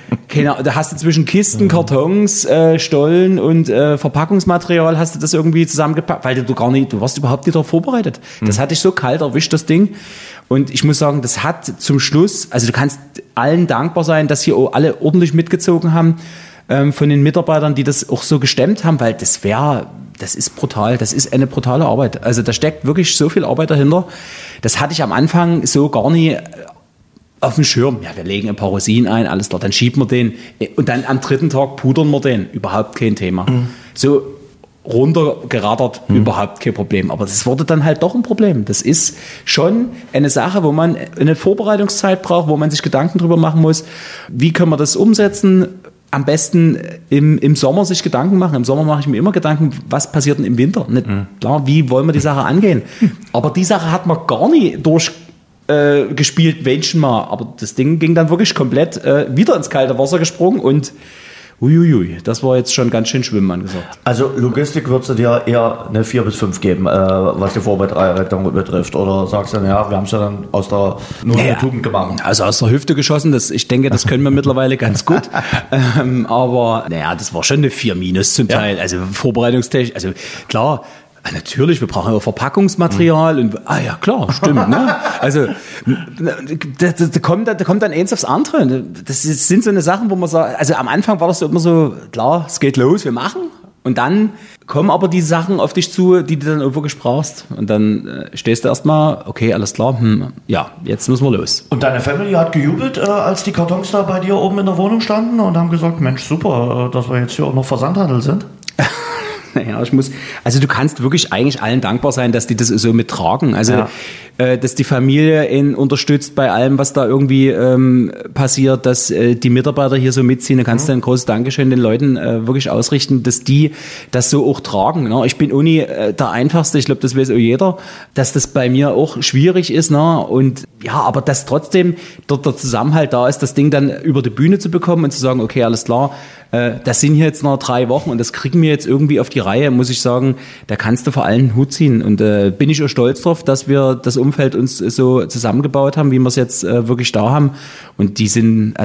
da hast du zwischen Kisten, Kartons, Stollen und Verpackungsmaterial hast du das irgendwie zusammengepackt, weil du warst überhaupt nicht darauf vorbereitet. Das hat dich so kalt erwischt, das Ding. Und ich muss sagen, das hat zum Schluss, also du kannst allen dankbar sein, dass hier alle ordentlich mitgezogen haben von den Mitarbeitern, die das auch so gestemmt haben, weil das ist brutal, das ist eine brutale Arbeit. Also da steckt wirklich so viel Arbeit dahinter. Das hatte ich am Anfang so gar nie auf dem Schirm. Ja, wir legen ein paar Rosinen ein, alles klar, dann schieben wir den und dann am 3. Tag pudern wir den. Überhaupt kein Thema. So runtergerattert, überhaupt kein Problem. Aber das wurde dann halt doch ein Problem. Das ist schon eine Sache, wo man eine Vorbereitungszeit braucht, wo man sich Gedanken drüber machen muss, wie können wir das umsetzen. Am besten im Sommer sich Gedanken machen. Im Sommer mache ich mir immer Gedanken, was passiert denn im Winter? Nicht klar, wie wollen wir die Sache angehen? Aber die Sache hat man gar nie gespielt, Wähnchen mal. Aber das Ding ging dann wirklich komplett wieder ins kalte Wasser gesprungen und uiuiui, das war jetzt schon ganz schön Schwimmen angesagt. Also Logistik würdest du dir eher eine 4 bis 5 geben, was die Vorbereitung betrifft? Oder sagst du, ja, wir haben es ja dann aus der Tugend gemacht? Also aus der Hüfte geschossen, ich denke, das können wir mittlerweile ganz gut. Aber naja, das war schon eine 4- zum Teil. Also vorbereitungstechnisch, also klar, natürlich, wir brauchen auch Verpackungsmaterial und ja klar, stimmt, ne? Also da kommt dann eins aufs andere. Das sind so eine Sachen, wo man sagt, also am Anfang war das so immer so, klar, es geht los, wir machen. Und dann kommen aber die Sachen auf dich zu, die du dann auch wirklich brauchst. Und dann stehst du erstmal, okay, alles klar, ja, jetzt müssen wir los. Und deine Family hat gejubelt, als die Kartons da bei dir oben in der Wohnung standen und haben gesagt, Mensch, super, dass wir jetzt hier auch noch Versandhandel sind? Naja, also du kannst wirklich eigentlich allen dankbar sein, dass die das so mittragen. Also, dass die Familie ihn unterstützt bei allem, was da irgendwie passiert, dass die Mitarbeiter hier so mitziehen. Da kannst du ein großes Dankeschön den Leuten wirklich ausrichten, dass die das so auch tragen. Ne? Ich bin auch nie der Einfachste, ich glaube, das weiß auch jeder, dass das bei mir auch schwierig ist. Ne? Und ja, aber dass trotzdem dort der Zusammenhalt da ist, das Ding dann über die Bühne zu bekommen und zu sagen, okay, alles klar, das sind hier jetzt noch 3 Wochen und das kriegen wir jetzt irgendwie auf die Reihe, muss ich sagen, da kannst du vor allem einen Hut ziehen. Und bin ich auch stolz drauf, dass wir das Umfeld uns so zusammengebaut haben, wie wir es jetzt wirklich da haben. Und die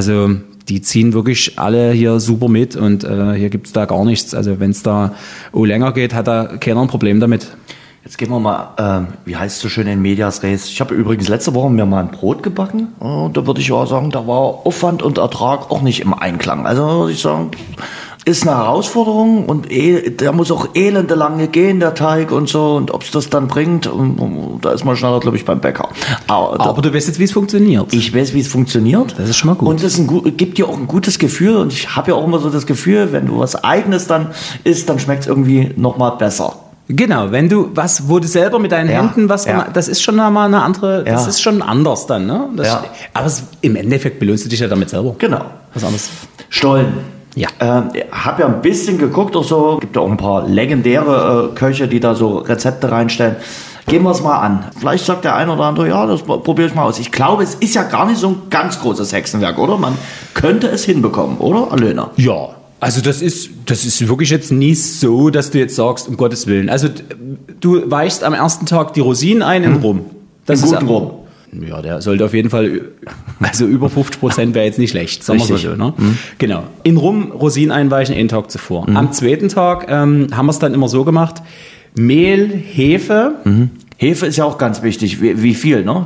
ziehen wirklich alle hier super mit und hier gibt's da gar nichts. Also wenn es da länger geht, hat da keiner ein Problem damit. Jetzt gehen wir mal, wie heißt es so schön in Medias Res? Ich habe übrigens letzte Woche mir mal ein Brot gebacken. Und da würde ich auch sagen, da war Aufwand und Ertrag auch nicht im Einklang. Also würde ich sagen, ist eine Herausforderung und der muss auch elende lange gehen, der Teig und so. Und ob es das dann bringt, da ist man schneller, glaube ich, beim Bäcker. Aber du weißt jetzt, wie es funktioniert. Ich weiß, wie es funktioniert. Das ist schon mal gut. Und das gibt dir auch ein gutes Gefühl. Und ich habe ja auch immer so das Gefühl, wenn du was Eigenes dann isst, dann schmeckt es irgendwie nochmal besser. Genau, wenn du wo du selber mit deinen Händen das ist schon mal eine andere, das ist schon anders dann, ne? Aber im Endeffekt belohnst du dich ja damit selber. Genau. Was anderes. Stollen. Ja. Hab ja ein bisschen geguckt, auch so, gibt ja auch ein paar legendäre Köche, die da so Rezepte reinstellen. Gehen wir es mal an. Vielleicht sagt der eine oder andere, ja, das probiere ich mal aus. Ich glaube, es ist ja gar nicht so ein ganz großes Hexenwerk, oder? Man könnte es hinbekommen, oder, Alöna? Ja. Also das ist wirklich jetzt nicht so, dass du jetzt sagst, um Gottes Willen. Also du weichst am ersten Tag die Rosinen ein in Rum. Das ist guten Rum. Ja, der sollte auf jeden Fall, also über 50% wäre jetzt nicht schlecht, sagen wir mal so. Ne? Genau. In Rum Rosinen einweichen, einen Tag zuvor. Am zweiten Tag haben wir es dann immer so gemacht, Mehl, Hefe. Hefe ist ja auch ganz wichtig. Wie viel, ne?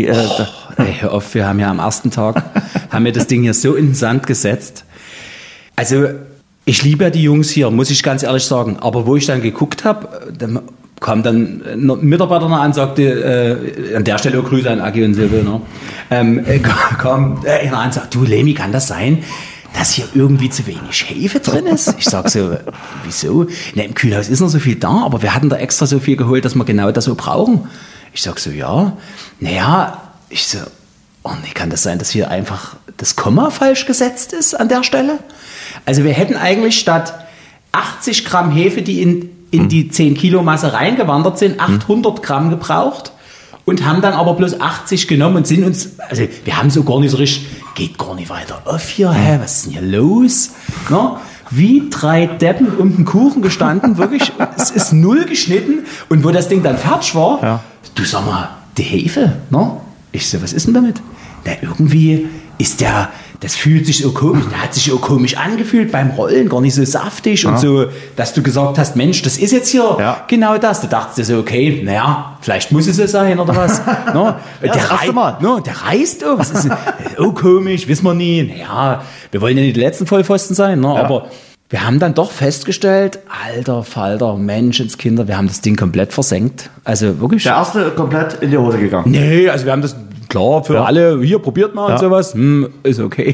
Hör auf, wir haben ja am ersten Tag, haben wir das Ding hier so in den Sand gesetzt. Also, ich liebe ja die Jungs hier, muss ich ganz ehrlich sagen. Aber wo ich dann geguckt habe, dann kam dann ein Mitarbeiter noch an, sagte, an der Stelle auch Grüße an Agi und Silvio, ne? Kam einer an und sagte, du Lemi, kann das sein, dass hier irgendwie zu wenig Hefe drin ist? Ich sag so, wieso? Na, im Kühlhaus ist noch so viel da, aber wir hatten da extra so viel geholt, dass wir genau das so brauchen. Ich sag so, ja. Naja, ich so, oh nee, kann das sein, dass hier einfach das Komma falsch gesetzt ist an der Stelle? Also wir hätten eigentlich statt 80 Gramm Hefe, die in die 10 Kilo Masse reingewandert sind, 800 Gramm gebraucht und haben dann aber bloß 80 genommen und sind uns, also wir haben so gar nicht so richtig, geht gar nicht weiter auf hier, was ist denn hier los? No? Wie 3 Deppen um den Kuchen gestanden, wirklich, es ist 0 geschnitten und wo das Ding dann fertig war, du sag mal, die Hefe, no? Ich so, was ist denn damit? Na, irgendwie ist das fühlt sich so komisch, der hat sich so komisch angefühlt beim Rollen, gar nicht so saftig und so, dass du gesagt hast, Mensch, das ist jetzt hier genau das. Du dachtest dir so, okay, naja, vielleicht muss es so sein oder was. No? Der reißt, was ist komisch, wissen wir nie. Naja, wir wollen ja nicht die letzten Vollpfosten sein, ne? Aber wir haben dann doch festgestellt, alter Falter, Menschenskinder, wir haben das Ding komplett versenkt. Also wirklich. Der erste komplett in die Hose gegangen. Nee, also wir haben das klar für alle, hier probiert mal und sowas, ist okay.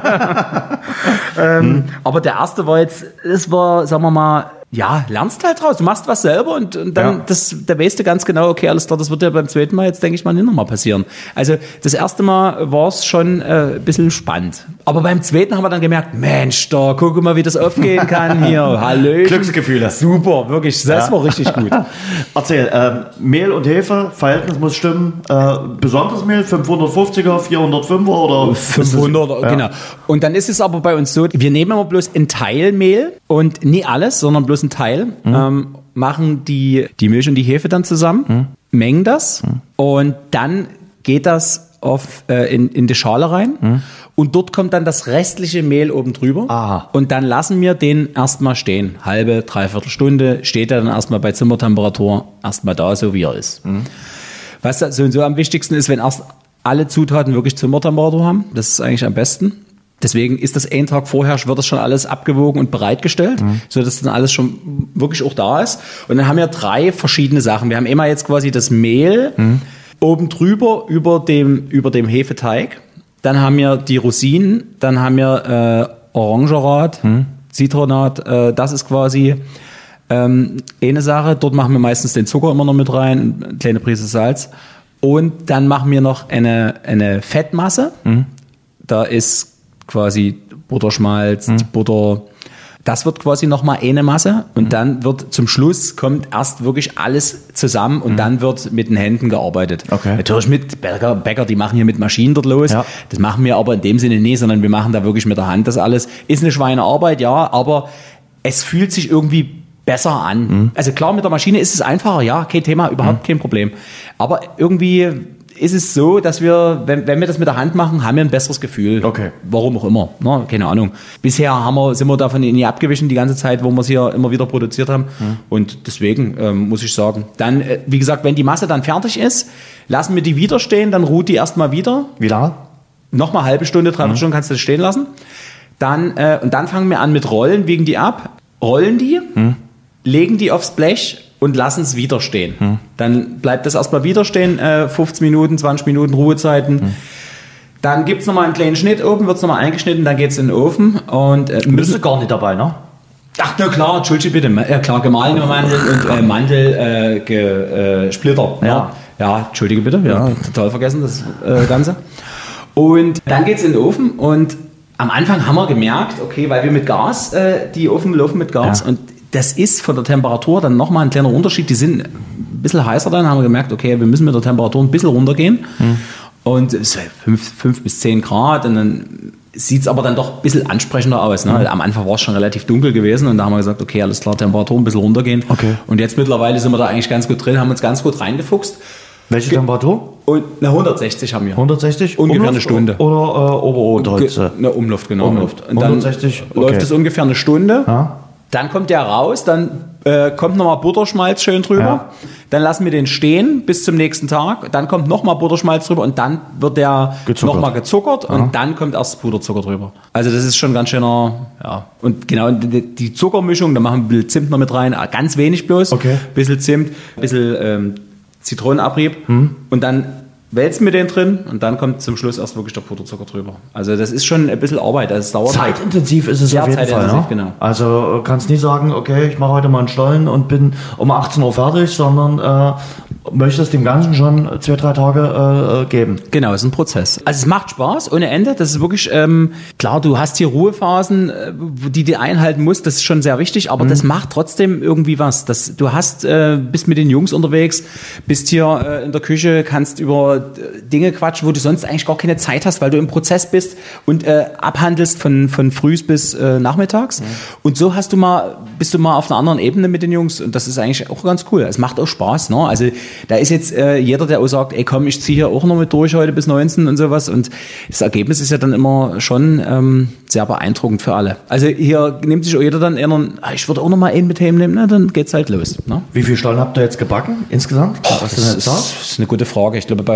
Aber der erste war jetzt, es war, sagen wir mal, ja, lernst halt draus, du machst was selber und dann, da weißt du ganz genau, okay, alles klar, das wird ja beim zweiten Mal jetzt, denke ich mal, nicht nochmal passieren. Also das erste Mal war es schon ein bisschen spannend. Aber beim zweiten haben wir dann gemerkt, Mensch, da guck mal, wie das aufgehen kann hier. Hallöchen. Glücksgefühle. Super, wirklich, das war richtig gut. Erzähl, Mehl und Hefe, Verhältnis muss stimmen. Besonderes Mehl, 550er, 405er oder? 500, genau. Und dann ist es aber bei uns so, wir nehmen immer bloß ein Teil Mehl und nie alles, sondern bloß ein Teil, machen die Milch und die Hefe dann zusammen, mengen das und dann geht das in die Schale rein und dort kommt dann das restliche Mehl oben drüber. Aha. Und dann lassen wir den erstmal stehen. Halbe, dreiviertel Stunde steht er dann erstmal bei Zimmertemperatur erstmal da, so wie er ist. Was so und so am wichtigsten ist, wenn erst alle Zutaten wirklich Zimmertemperatur haben, das ist eigentlich am besten. Deswegen ist das einen Tag vorher, wird das schon alles abgewogen und bereitgestellt, sodass dann alles schon wirklich auch da ist. Und dann haben wir 3 verschiedene Sachen. Wir haben immer jetzt quasi das Mehl oben drüber über dem Hefeteig. Dann haben wir die Rosinen, dann haben wir Orangerat, Zitronat. Das ist quasi eine Sache. Dort machen wir meistens den Zucker immer noch mit rein, eine kleine Prise Salz. Und dann machen wir noch eine Fettmasse. Da ist quasi Butterschmalz, die Butter. Das wird quasi nochmal eine Masse und dann wird zum Schluss kommt erst wirklich alles zusammen und dann wird mit den Händen gearbeitet. Okay. Natürlich mit Bäcker, die machen hier mit Maschinen dort los. Ja. Das machen wir aber in dem Sinne nicht, sondern wir machen da wirklich mit der Hand das alles. Ist eine Schweinearbeit, ja, aber es fühlt sich irgendwie besser an. Also klar, mit der Maschine ist es einfacher, ja, kein Thema, überhaupt kein Problem. Aber irgendwie ist es so, dass wir, wenn wir das mit der Hand machen, haben wir ein besseres Gefühl. Okay. Warum auch immer. Na, keine Ahnung. Bisher sind wir davon nie abgewichen die ganze Zeit, wo wir es hier immer wieder produziert haben. Und deswegen muss ich sagen, dann, wie gesagt, wenn die Masse dann fertig ist, lassen wir die wieder stehen, dann ruht die erstmal wieder. Wie lange? Nochmal halbe Stunde, 3 Stunden kannst du das stehen lassen. Dann, und dann fangen wir an mit Rollen, wiegen die ab, rollen die, legen die aufs Blech und lassen es wieder stehen. Dann bleibt das erstmal wieder stehen, 15 Minuten, 20 Minuten Ruhezeiten. Dann gibt es nochmal einen kleinen Schnitt oben, wird es nochmal eingeschnitten, dann geht es in den Ofen. Und müssen gar nicht dabei, ne? Ach, na klar, entschuldige bitte. Klar, gemahlene Mandel und Mandelsplitter. Ja, entschuldige bitte. Ja, total vergessen das Ganze. Und dann geht es in den Ofen und am Anfang haben wir gemerkt, okay, weil wir mit Gas, die Ofen laufen mit Gas und das ist von der Temperatur dann nochmal ein kleiner Unterschied. Die sind ein bisschen heißer dann, haben wir gemerkt, okay, wir müssen mit der Temperatur ein bisschen runtergehen. Und es ist 5 bis 10 Grad und dann sieht es aber dann doch ein bisschen ansprechender aus. Ne? Am Anfang war es schon relativ dunkel gewesen und da haben wir gesagt, okay, alles klar, Temperatur ein bisschen runtergehen. Okay. Und jetzt mittlerweile sind wir da eigentlich ganz gut drin, haben uns ganz gut reingefuchst. Welche Temperatur? Und 160 haben wir. 160? Ungefähr Umluft eine Stunde. Oder Oberholze? Eine Umluft, genau. Umluft. Und dann 160, okay. läuft es ungefähr eine Stunde. Ja. Dann kommt der raus, dann kommt nochmal Butterschmalz schön drüber. Ja. Dann lassen wir den stehen bis zum nächsten Tag. Dann kommt nochmal Butterschmalz drüber und dann wird der nochmal gezuckert und dann kommt erst Puderzucker drüber. Also das ist schon ganz schöner, ja. Und genau die Zuckermischung, da machen wir ein bisschen Zimt noch mit rein, ganz wenig bloß. Okay. Ein bisschen Zimt, ein bisschen Zitronenabrieb und dann wälzen wir den drin und dann kommt zum Schluss erst wirklich der Puderzucker drüber. Also das ist schon ein bisschen Arbeit. Das dauert zeitintensiv ist es auf jeden Fall. Ne? Genau. Also kannst nicht sagen, okay, ich mache heute mal einen Stollen und bin um 18 Uhr fertig, sondern möchtest dem Ganzen schon 2-3 Tage geben. Genau, es ist ein Prozess. Also es macht Spaß ohne Ende. Das ist wirklich, klar, du hast hier Ruhephasen, die einhalten musst. Das ist schon sehr wichtig, aber das macht trotzdem irgendwie was. Du bist mit den Jungs unterwegs, bist hier in der Küche, kannst über Dinge quatschen, wo du sonst eigentlich gar keine Zeit hast, weil du im Prozess bist und abhandelst von frühs bis nachmittags. Und so bist du mal auf einer anderen Ebene mit den Jungs und das ist eigentlich auch ganz cool. Es macht auch Spaß. Ne? Also da ist jetzt jeder, der auch sagt, ey komm, ich ziehe hier auch noch mit durch heute bis 19 und sowas und das Ergebnis ist ja dann immer schon sehr beeindruckend für alle. Also hier nimmt sich auch jeder dann eher, ich würde auch noch mal einen mit heimnehmen, na, dann geht's halt los. Ne? Wie viele Stollen habt ihr jetzt gebacken insgesamt? Das ist eine gute Frage. Ich glaube, bei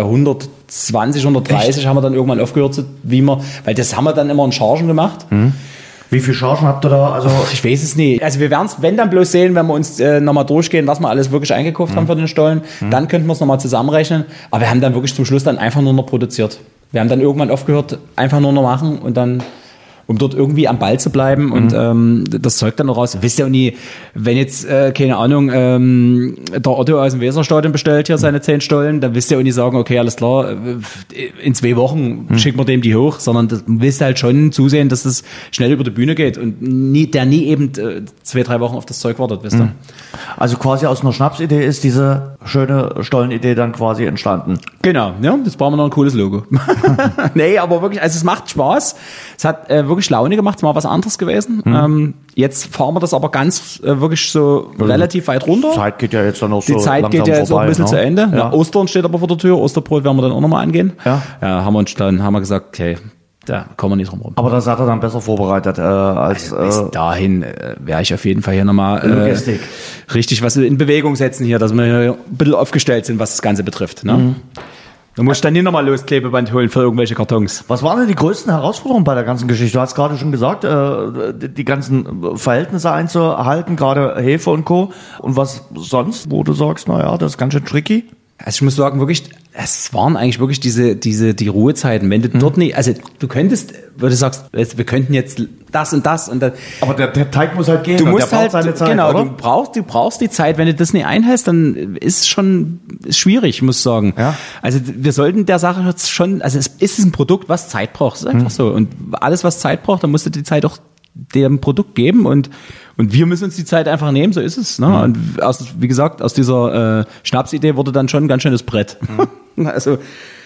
120, 130 Echt? Haben wir dann irgendwann aufgehört, weil das haben wir dann immer in Chargen gemacht. Wie viele Chargen habt ihr da? Also ich weiß es nicht. Also wir werden es, wenn dann bloß sehen, wenn wir uns nochmal durchgehen, was wir alles wirklich eingekauft haben für den Stollen, dann könnten wir es nochmal zusammenrechnen. Aber wir haben dann wirklich zum Schluss dann einfach nur noch produziert. Wir haben dann irgendwann aufgehört, einfach nur noch machen und dann um dort irgendwie am Ball zu bleiben und das Zeug dann noch raus. Wisst ihr auch nie, wenn jetzt, keine Ahnung, der Otto aus dem Weserstadion bestellt hier seine 10 Stollen, dann wisst ihr auch nicht sagen, okay, alles klar, in 2 Wochen schicken wir dem die hoch, sondern das willst du halt schon zusehen, dass das schnell über die Bühne geht und der nie eben 2-3 Wochen auf das Zeug wartet, wisst ihr. Also quasi aus einer Schnapsidee ist diese schöne Stollenidee dann quasi entstanden. Genau, ja, das brauchen wir noch ein cooles Logo. Nee, aber wirklich, also es macht Spaß. Es hat wirklich Laune gemacht, es war was anderes gewesen. Jetzt fahren wir das aber ganz wirklich so relativ weit runter. Die Zeit geht ja jetzt dann noch so Die Zeit geht ja jetzt auch ein bisschen zu Ende. Ja. Ostern steht aber vor der Tür. Osterbrot werden wir dann auch nochmal angehen. Ja. Haben wir gesagt, okay, da kommen wir nicht drum rum. Aber da seid ihr dann besser vorbereitet als... Bis dahin werde ich auf jeden Fall hier nochmal richtig was in Bewegung setzen hier, dass wir hier ein bisschen aufgestellt sind, was das Ganze betrifft. Ne? Du musst dann hier nochmal Losklebeband holen für irgendwelche Kartons. Was waren denn die größten Herausforderungen bei der ganzen Geschichte? Du hast gerade schon gesagt, die ganzen Verhältnisse einzuhalten, gerade Hefe und Co. Und was sonst, wo du sagst, naja, das ist ganz schön tricky? Also ich muss sagen, wirklich, es waren eigentlich wirklich die Ruhezeiten. Wenn du dort nicht, also du könntest, wenn du sagst, wir könnten jetzt das und das und das. Aber der Teig muss halt gehen, du und musst der halt, braucht seine Zeit, genau, oder? Du brauchst die Zeit. Wenn du das nicht einhältst, dann ist schon schwierig, muss ich sagen. Ja. Also wir sollten der Sache jetzt schon, also es ist ein Produkt, was Zeit braucht. Es ist einfach so. Und alles, was Zeit braucht, dann musst du die Zeit auch dem Produkt geben und wir müssen uns die Zeit einfach nehmen, so ist es. Ne? Und wie gesagt, aus dieser Schnapsidee wurde dann schon ein ganz schönes Brett. Also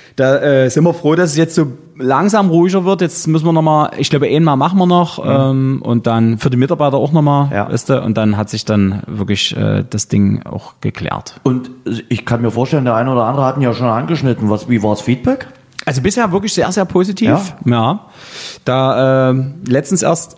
da sind wir froh, dass es jetzt so langsam ruhiger wird. Jetzt müssen wir nochmal, ich glaube, einmal machen wir noch und dann für die Mitarbeiter auch nochmal, weißt du, und dann hat sich dann wirklich das Ding auch geklärt. Und ich kann mir vorstellen, der eine oder andere hat ihn ja schon angeschnitten. Wie war das Feedback? Also bisher wirklich sehr, sehr positiv. Ja. Da letztens erst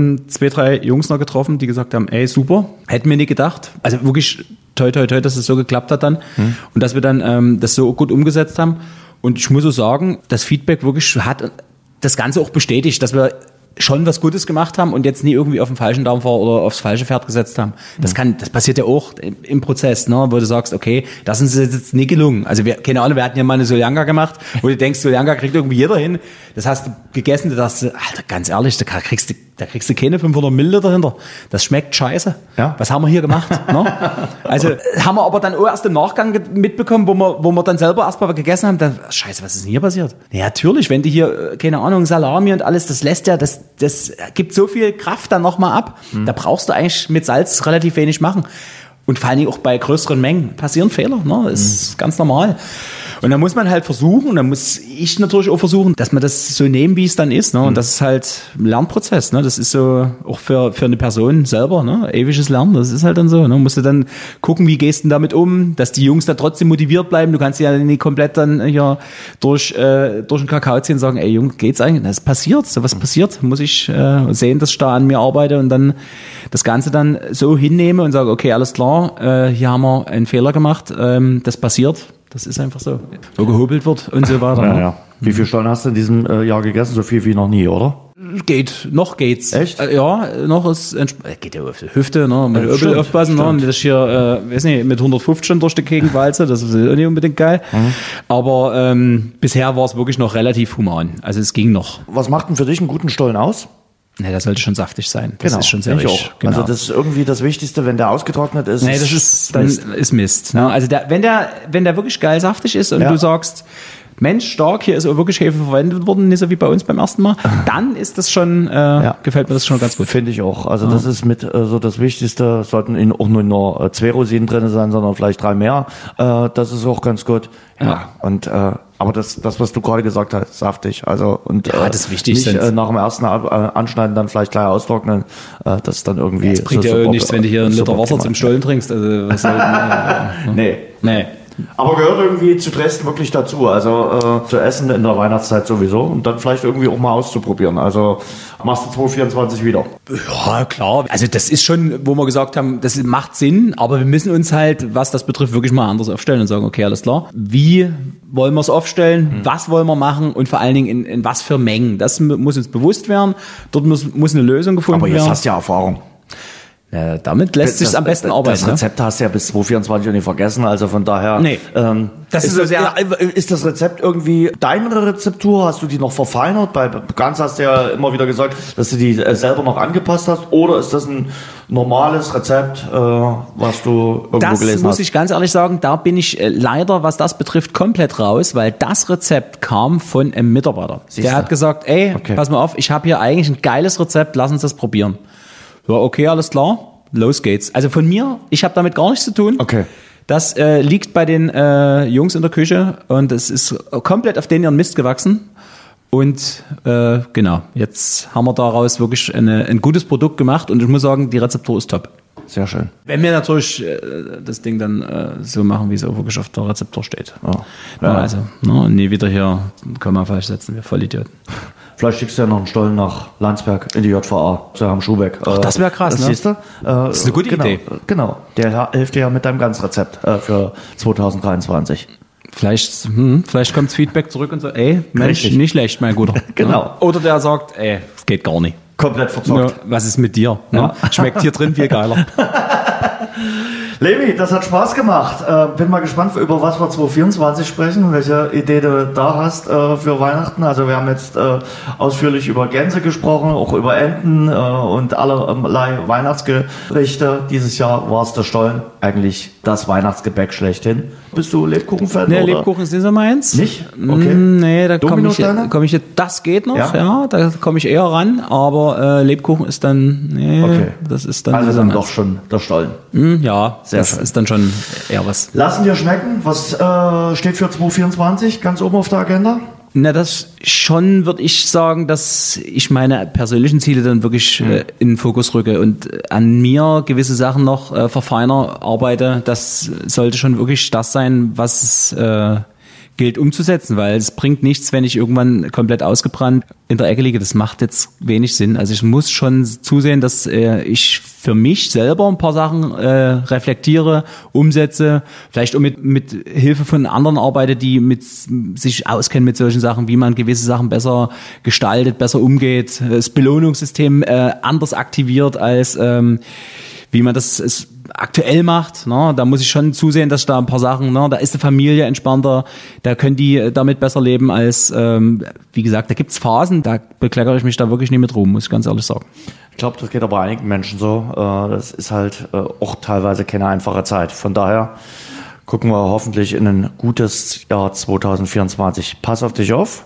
2-3 Jungs noch getroffen, die gesagt haben, ey, super, hätten wir nie gedacht. Also wirklich toi, toi, toi, dass es so geklappt hat dann und dass wir dann das so gut umgesetzt haben. Und ich muss so sagen, das Feedback wirklich hat das Ganze auch bestätigt, dass wir schon was Gutes gemacht haben und jetzt nie irgendwie auf den falschen Dampfer oder aufs falsche Pferd gesetzt haben. Das passiert ja auch im Prozess, ne, wo du sagst, okay, das ist uns jetzt nie gelungen. Also keine Ahnung, wir hatten ja mal eine Soljanka gemacht, wo du denkst, Soljanka kriegt irgendwie jeder hin. Das hast du gegessen, du dachtest, Alter, ganz ehrlich, da kriegst du keine 500 Milliliter hinter. Das schmeckt scheiße. Ja? Was haben wir hier gemacht? Ne? Also haben wir aber dann auch erst im Nachgang mitbekommen, wo wir dann selber erst mal gegessen haben, dann, scheiße, was ist denn hier passiert? Ja, natürlich, wenn du hier, keine Ahnung, Salami und alles, das lässt ja, das gibt so viel Kraft dann nochmal ab. Da brauchst du eigentlich mit Salz relativ wenig machen. Und vor allen Dingen auch bei größeren Mengen passieren Fehler, ne? Das ist ganz normal. Und dann muss man halt versuchen, und dann muss ich natürlich auch versuchen, dass man das so nehmen, wie es dann ist, ne? Und das ist halt ein Lernprozess, ne? Das ist so auch für eine Person selber, ne? Ewiges Lernen, das ist halt dann so, ne? Musst du dann gucken, wie gehst du damit um, dass die Jungs da trotzdem motiviert bleiben. Du kannst ja nicht komplett dann hier durch den Kakao ziehen und sagen, ey Junge, geht's eigentlich? Das passiert, sowas passiert, muss ich sehen, dass ich da an mir arbeite und dann das Ganze dann so hinnehme und sage, okay, alles klar, hier haben wir einen Fehler gemacht, das passiert. Das ist einfach so. Wo gehobelt wird und so weiter. Ja. Wie viel Stollen hast du in diesem Jahr gegessen? So viel wie noch nie, oder? Noch geht's. Echt? Ja, noch ist geht ja auf die Hüfte, ne? Mit Öbel aufpassen, ne? Das hier, weiß nicht, mit 115 durch die Gegend walze, das ist auch nicht unbedingt geil. Aber bisher war es wirklich noch relativ human. Also es ging noch. Was macht denn für dich einen guten Stollen aus? Ne, der sollte schon saftig sein. Das ist schon sehr richtig. Genau. Also das ist irgendwie das Wichtigste, wenn der ausgetrocknet ist. Nee, das ist Mist. Dann ist Mist. Ne? Also wenn der wirklich geil saftig ist und du sagst, Mensch, stark, hier ist auch wirklich Hefe verwendet worden, nicht so wie bei uns beim ersten Mal, dann ist das schon, gefällt mir das schon ganz gut. Finde ich auch. Also das ist mit so das Wichtigste. Es sollten auch nur 2 Rosinen drin sein, sondern vielleicht 3 mehr. Das ist auch ganz gut. Ja. Und aber das, was du gerade gesagt hast, saftig. Also und das Wichtigste nicht nach dem ersten Anschneiden dann vielleicht gleich austrocknen. Das ist dann irgendwie. Das bringt ja nichts, wenn du hier einen Liter Wasser zum Stollen trinkst. Also was Nee. Aber gehört irgendwie zu Dresden wirklich dazu. Also zu essen in der Weihnachtszeit sowieso und dann vielleicht irgendwie auch mal auszuprobieren. Also machst du 2024 wieder. Ja, klar. Also das ist schon, wo wir gesagt haben, das macht Sinn, aber wir müssen uns halt, was das betrifft, wirklich mal anders aufstellen und sagen, okay, alles klar. Wie wollen wir es aufstellen? Was wollen wir machen? Und vor allen Dingen in was für Mengen? Das muss uns bewusst werden. Dort muss eine Lösung gefunden werden. Aber jetzt hast du ja Erfahrung. Ja, damit lässt sich am besten arbeiten. Das Rezept hast du ja bis 2024 noch nicht vergessen, also von daher. Nee. Das ist so sehr. Ist das Rezept irgendwie deine Rezeptur? Hast du die noch verfeinert? Bei Ganz hast du ja immer wieder gesagt, dass du die selber noch angepasst hast. Oder ist das ein normales Rezept, was du irgendwo gelesen hast? Das muss ich ganz ehrlich sagen, da bin ich leider, was das betrifft, komplett raus, weil das Rezept kam von einem Mitarbeiter. Der hat gesagt, pass mal auf, ich habe hier eigentlich ein geiles Rezept, lass uns das probieren. Ja, okay, alles klar, los geht's. Also von mir, ich habe damit gar nichts zu tun. Okay. Das liegt bei den Jungs in der Küche und es ist komplett auf denen ihren Mist gewachsen. Und genau, jetzt haben wir daraus wirklich ein gutes Produkt gemacht und ich muss sagen, die Rezeptur ist top. Sehr schön. Wenn wir natürlich das Ding dann so machen, wie es auch wirklich auf der Rezeptur steht. Oh. Ja. Also, nie wieder hier Komma falsch setzen, wir Vollidioten. Vielleicht schickst du ja noch einen Stollen nach Landsberg in die JVA, zu Herrn Schubeck. Ach, das wäre krass, das ne? Siehst du? Das ist eine gute Idee. Genau, der hilft dir ja mit deinem Ganzrezept für 2023. Vielleicht kommt Feedback zurück und so, Mensch, Richtig. nicht schlecht, mein Guter. Genau. Ja? Oder der sagt, es geht gar nicht. Komplett verzockt. Ja, was ist mit dir? Ja. Schmeckt hier drin viel geiler. Levi, das hat Spaß gemacht. Bin mal gespannt, über was wir 2024 sprechen, welche Idee du da hast für Weihnachten. Also wir haben jetzt ausführlich über Gänse gesprochen, auch über Enten und allerlei Weihnachtsgerichte. Dieses Jahr war es der Stollen, eigentlich das Weihnachtsgebäck schlechthin. Bist du Lebkuchen-Fan? Nee, Lebkuchen ist nicht so meins. Nicht? Okay. Nee, da komme ich, das geht noch, ja da komme ich eher ran, aber Lebkuchen ist dann, das ist dann... Also dann doch schon der Stollen. Ja, sehr das schön. Ist dann schon eher was. Lassen dir schmecken, was steht für 2024 ganz oben auf der Agenda? Na, das schon, würde ich sagen, dass ich meine persönlichen Ziele dann wirklich in den Fokus rücke und an mir gewisse Sachen noch verfeiner arbeite. Das sollte schon wirklich das sein, was es gilt umzusetzen, weil es bringt nichts, wenn ich irgendwann komplett ausgebrannt in der Ecke liege. Das macht jetzt wenig Sinn. Also ich muss schon zusehen, dass ich für mich selber ein paar Sachen reflektiere, umsetze, vielleicht auch mit Hilfe von anderen arbeite, die sich auskennen mit solchen Sachen, wie man gewisse Sachen besser gestaltet, besser umgeht, das Belohnungssystem anders aktiviert als wie man das aktuell macht. Ne? Da muss ich schon zusehen, dass da ein paar Sachen, da ist die Familie entspannter, da können die damit besser leben als, wie gesagt, da gibt's Phasen, da bekleckere ich mich da wirklich nicht mit Ruhm, muss ich ganz ehrlich sagen. Ich glaube, das geht aber einigen Menschen so. Das ist halt auch teilweise keine einfache Zeit. Von daher gucken wir hoffentlich in ein gutes Jahr 2024. Pass auf dich auf.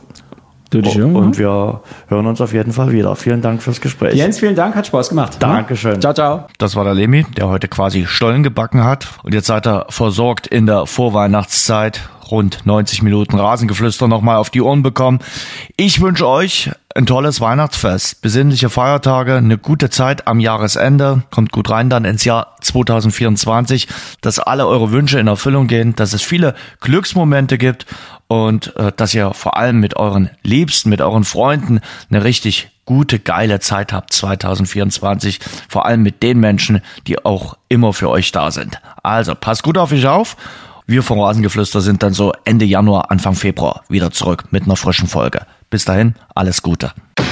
Und wir hören uns auf jeden Fall wieder. Vielen Dank fürs Gespräch. Jens, vielen Dank, hat Spaß gemacht. Dankeschön. Ciao, ciao. Das war der Lemi, der heute quasi Stollen gebacken hat. Und jetzt seid ihr versorgt in der Vorweihnachtszeit. Rund 90 Minuten Rasengeflüster nochmal auf die Ohren bekommen. Ich wünsche euch ein tolles Weihnachtsfest, besinnliche Feiertage, eine gute Zeit am Jahresende. Kommt gut rein dann ins Jahr 2024, dass alle eure Wünsche in Erfüllung gehen, dass es viele Glücksmomente gibt und dass ihr vor allem mit euren Liebsten, mit euren Freunden eine richtig gute, geile Zeit habt 2024. Vor allem mit den Menschen, die auch immer für euch da sind. Also passt gut auf euch auf. Wir vom Rasengeflüster sind dann so Ende Januar, Anfang Februar wieder zurück mit einer frischen Folge. Bis dahin, alles Gute.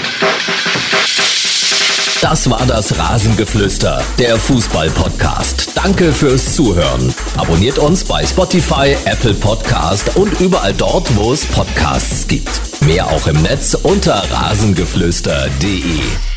Das war das Rasengeflüster, der Fußball-Podcast. Danke fürs Zuhören. Abonniert uns bei Spotify, Apple Podcast und überall dort, wo es Podcasts gibt. Mehr auch im Netz unter rasengeflüster.de.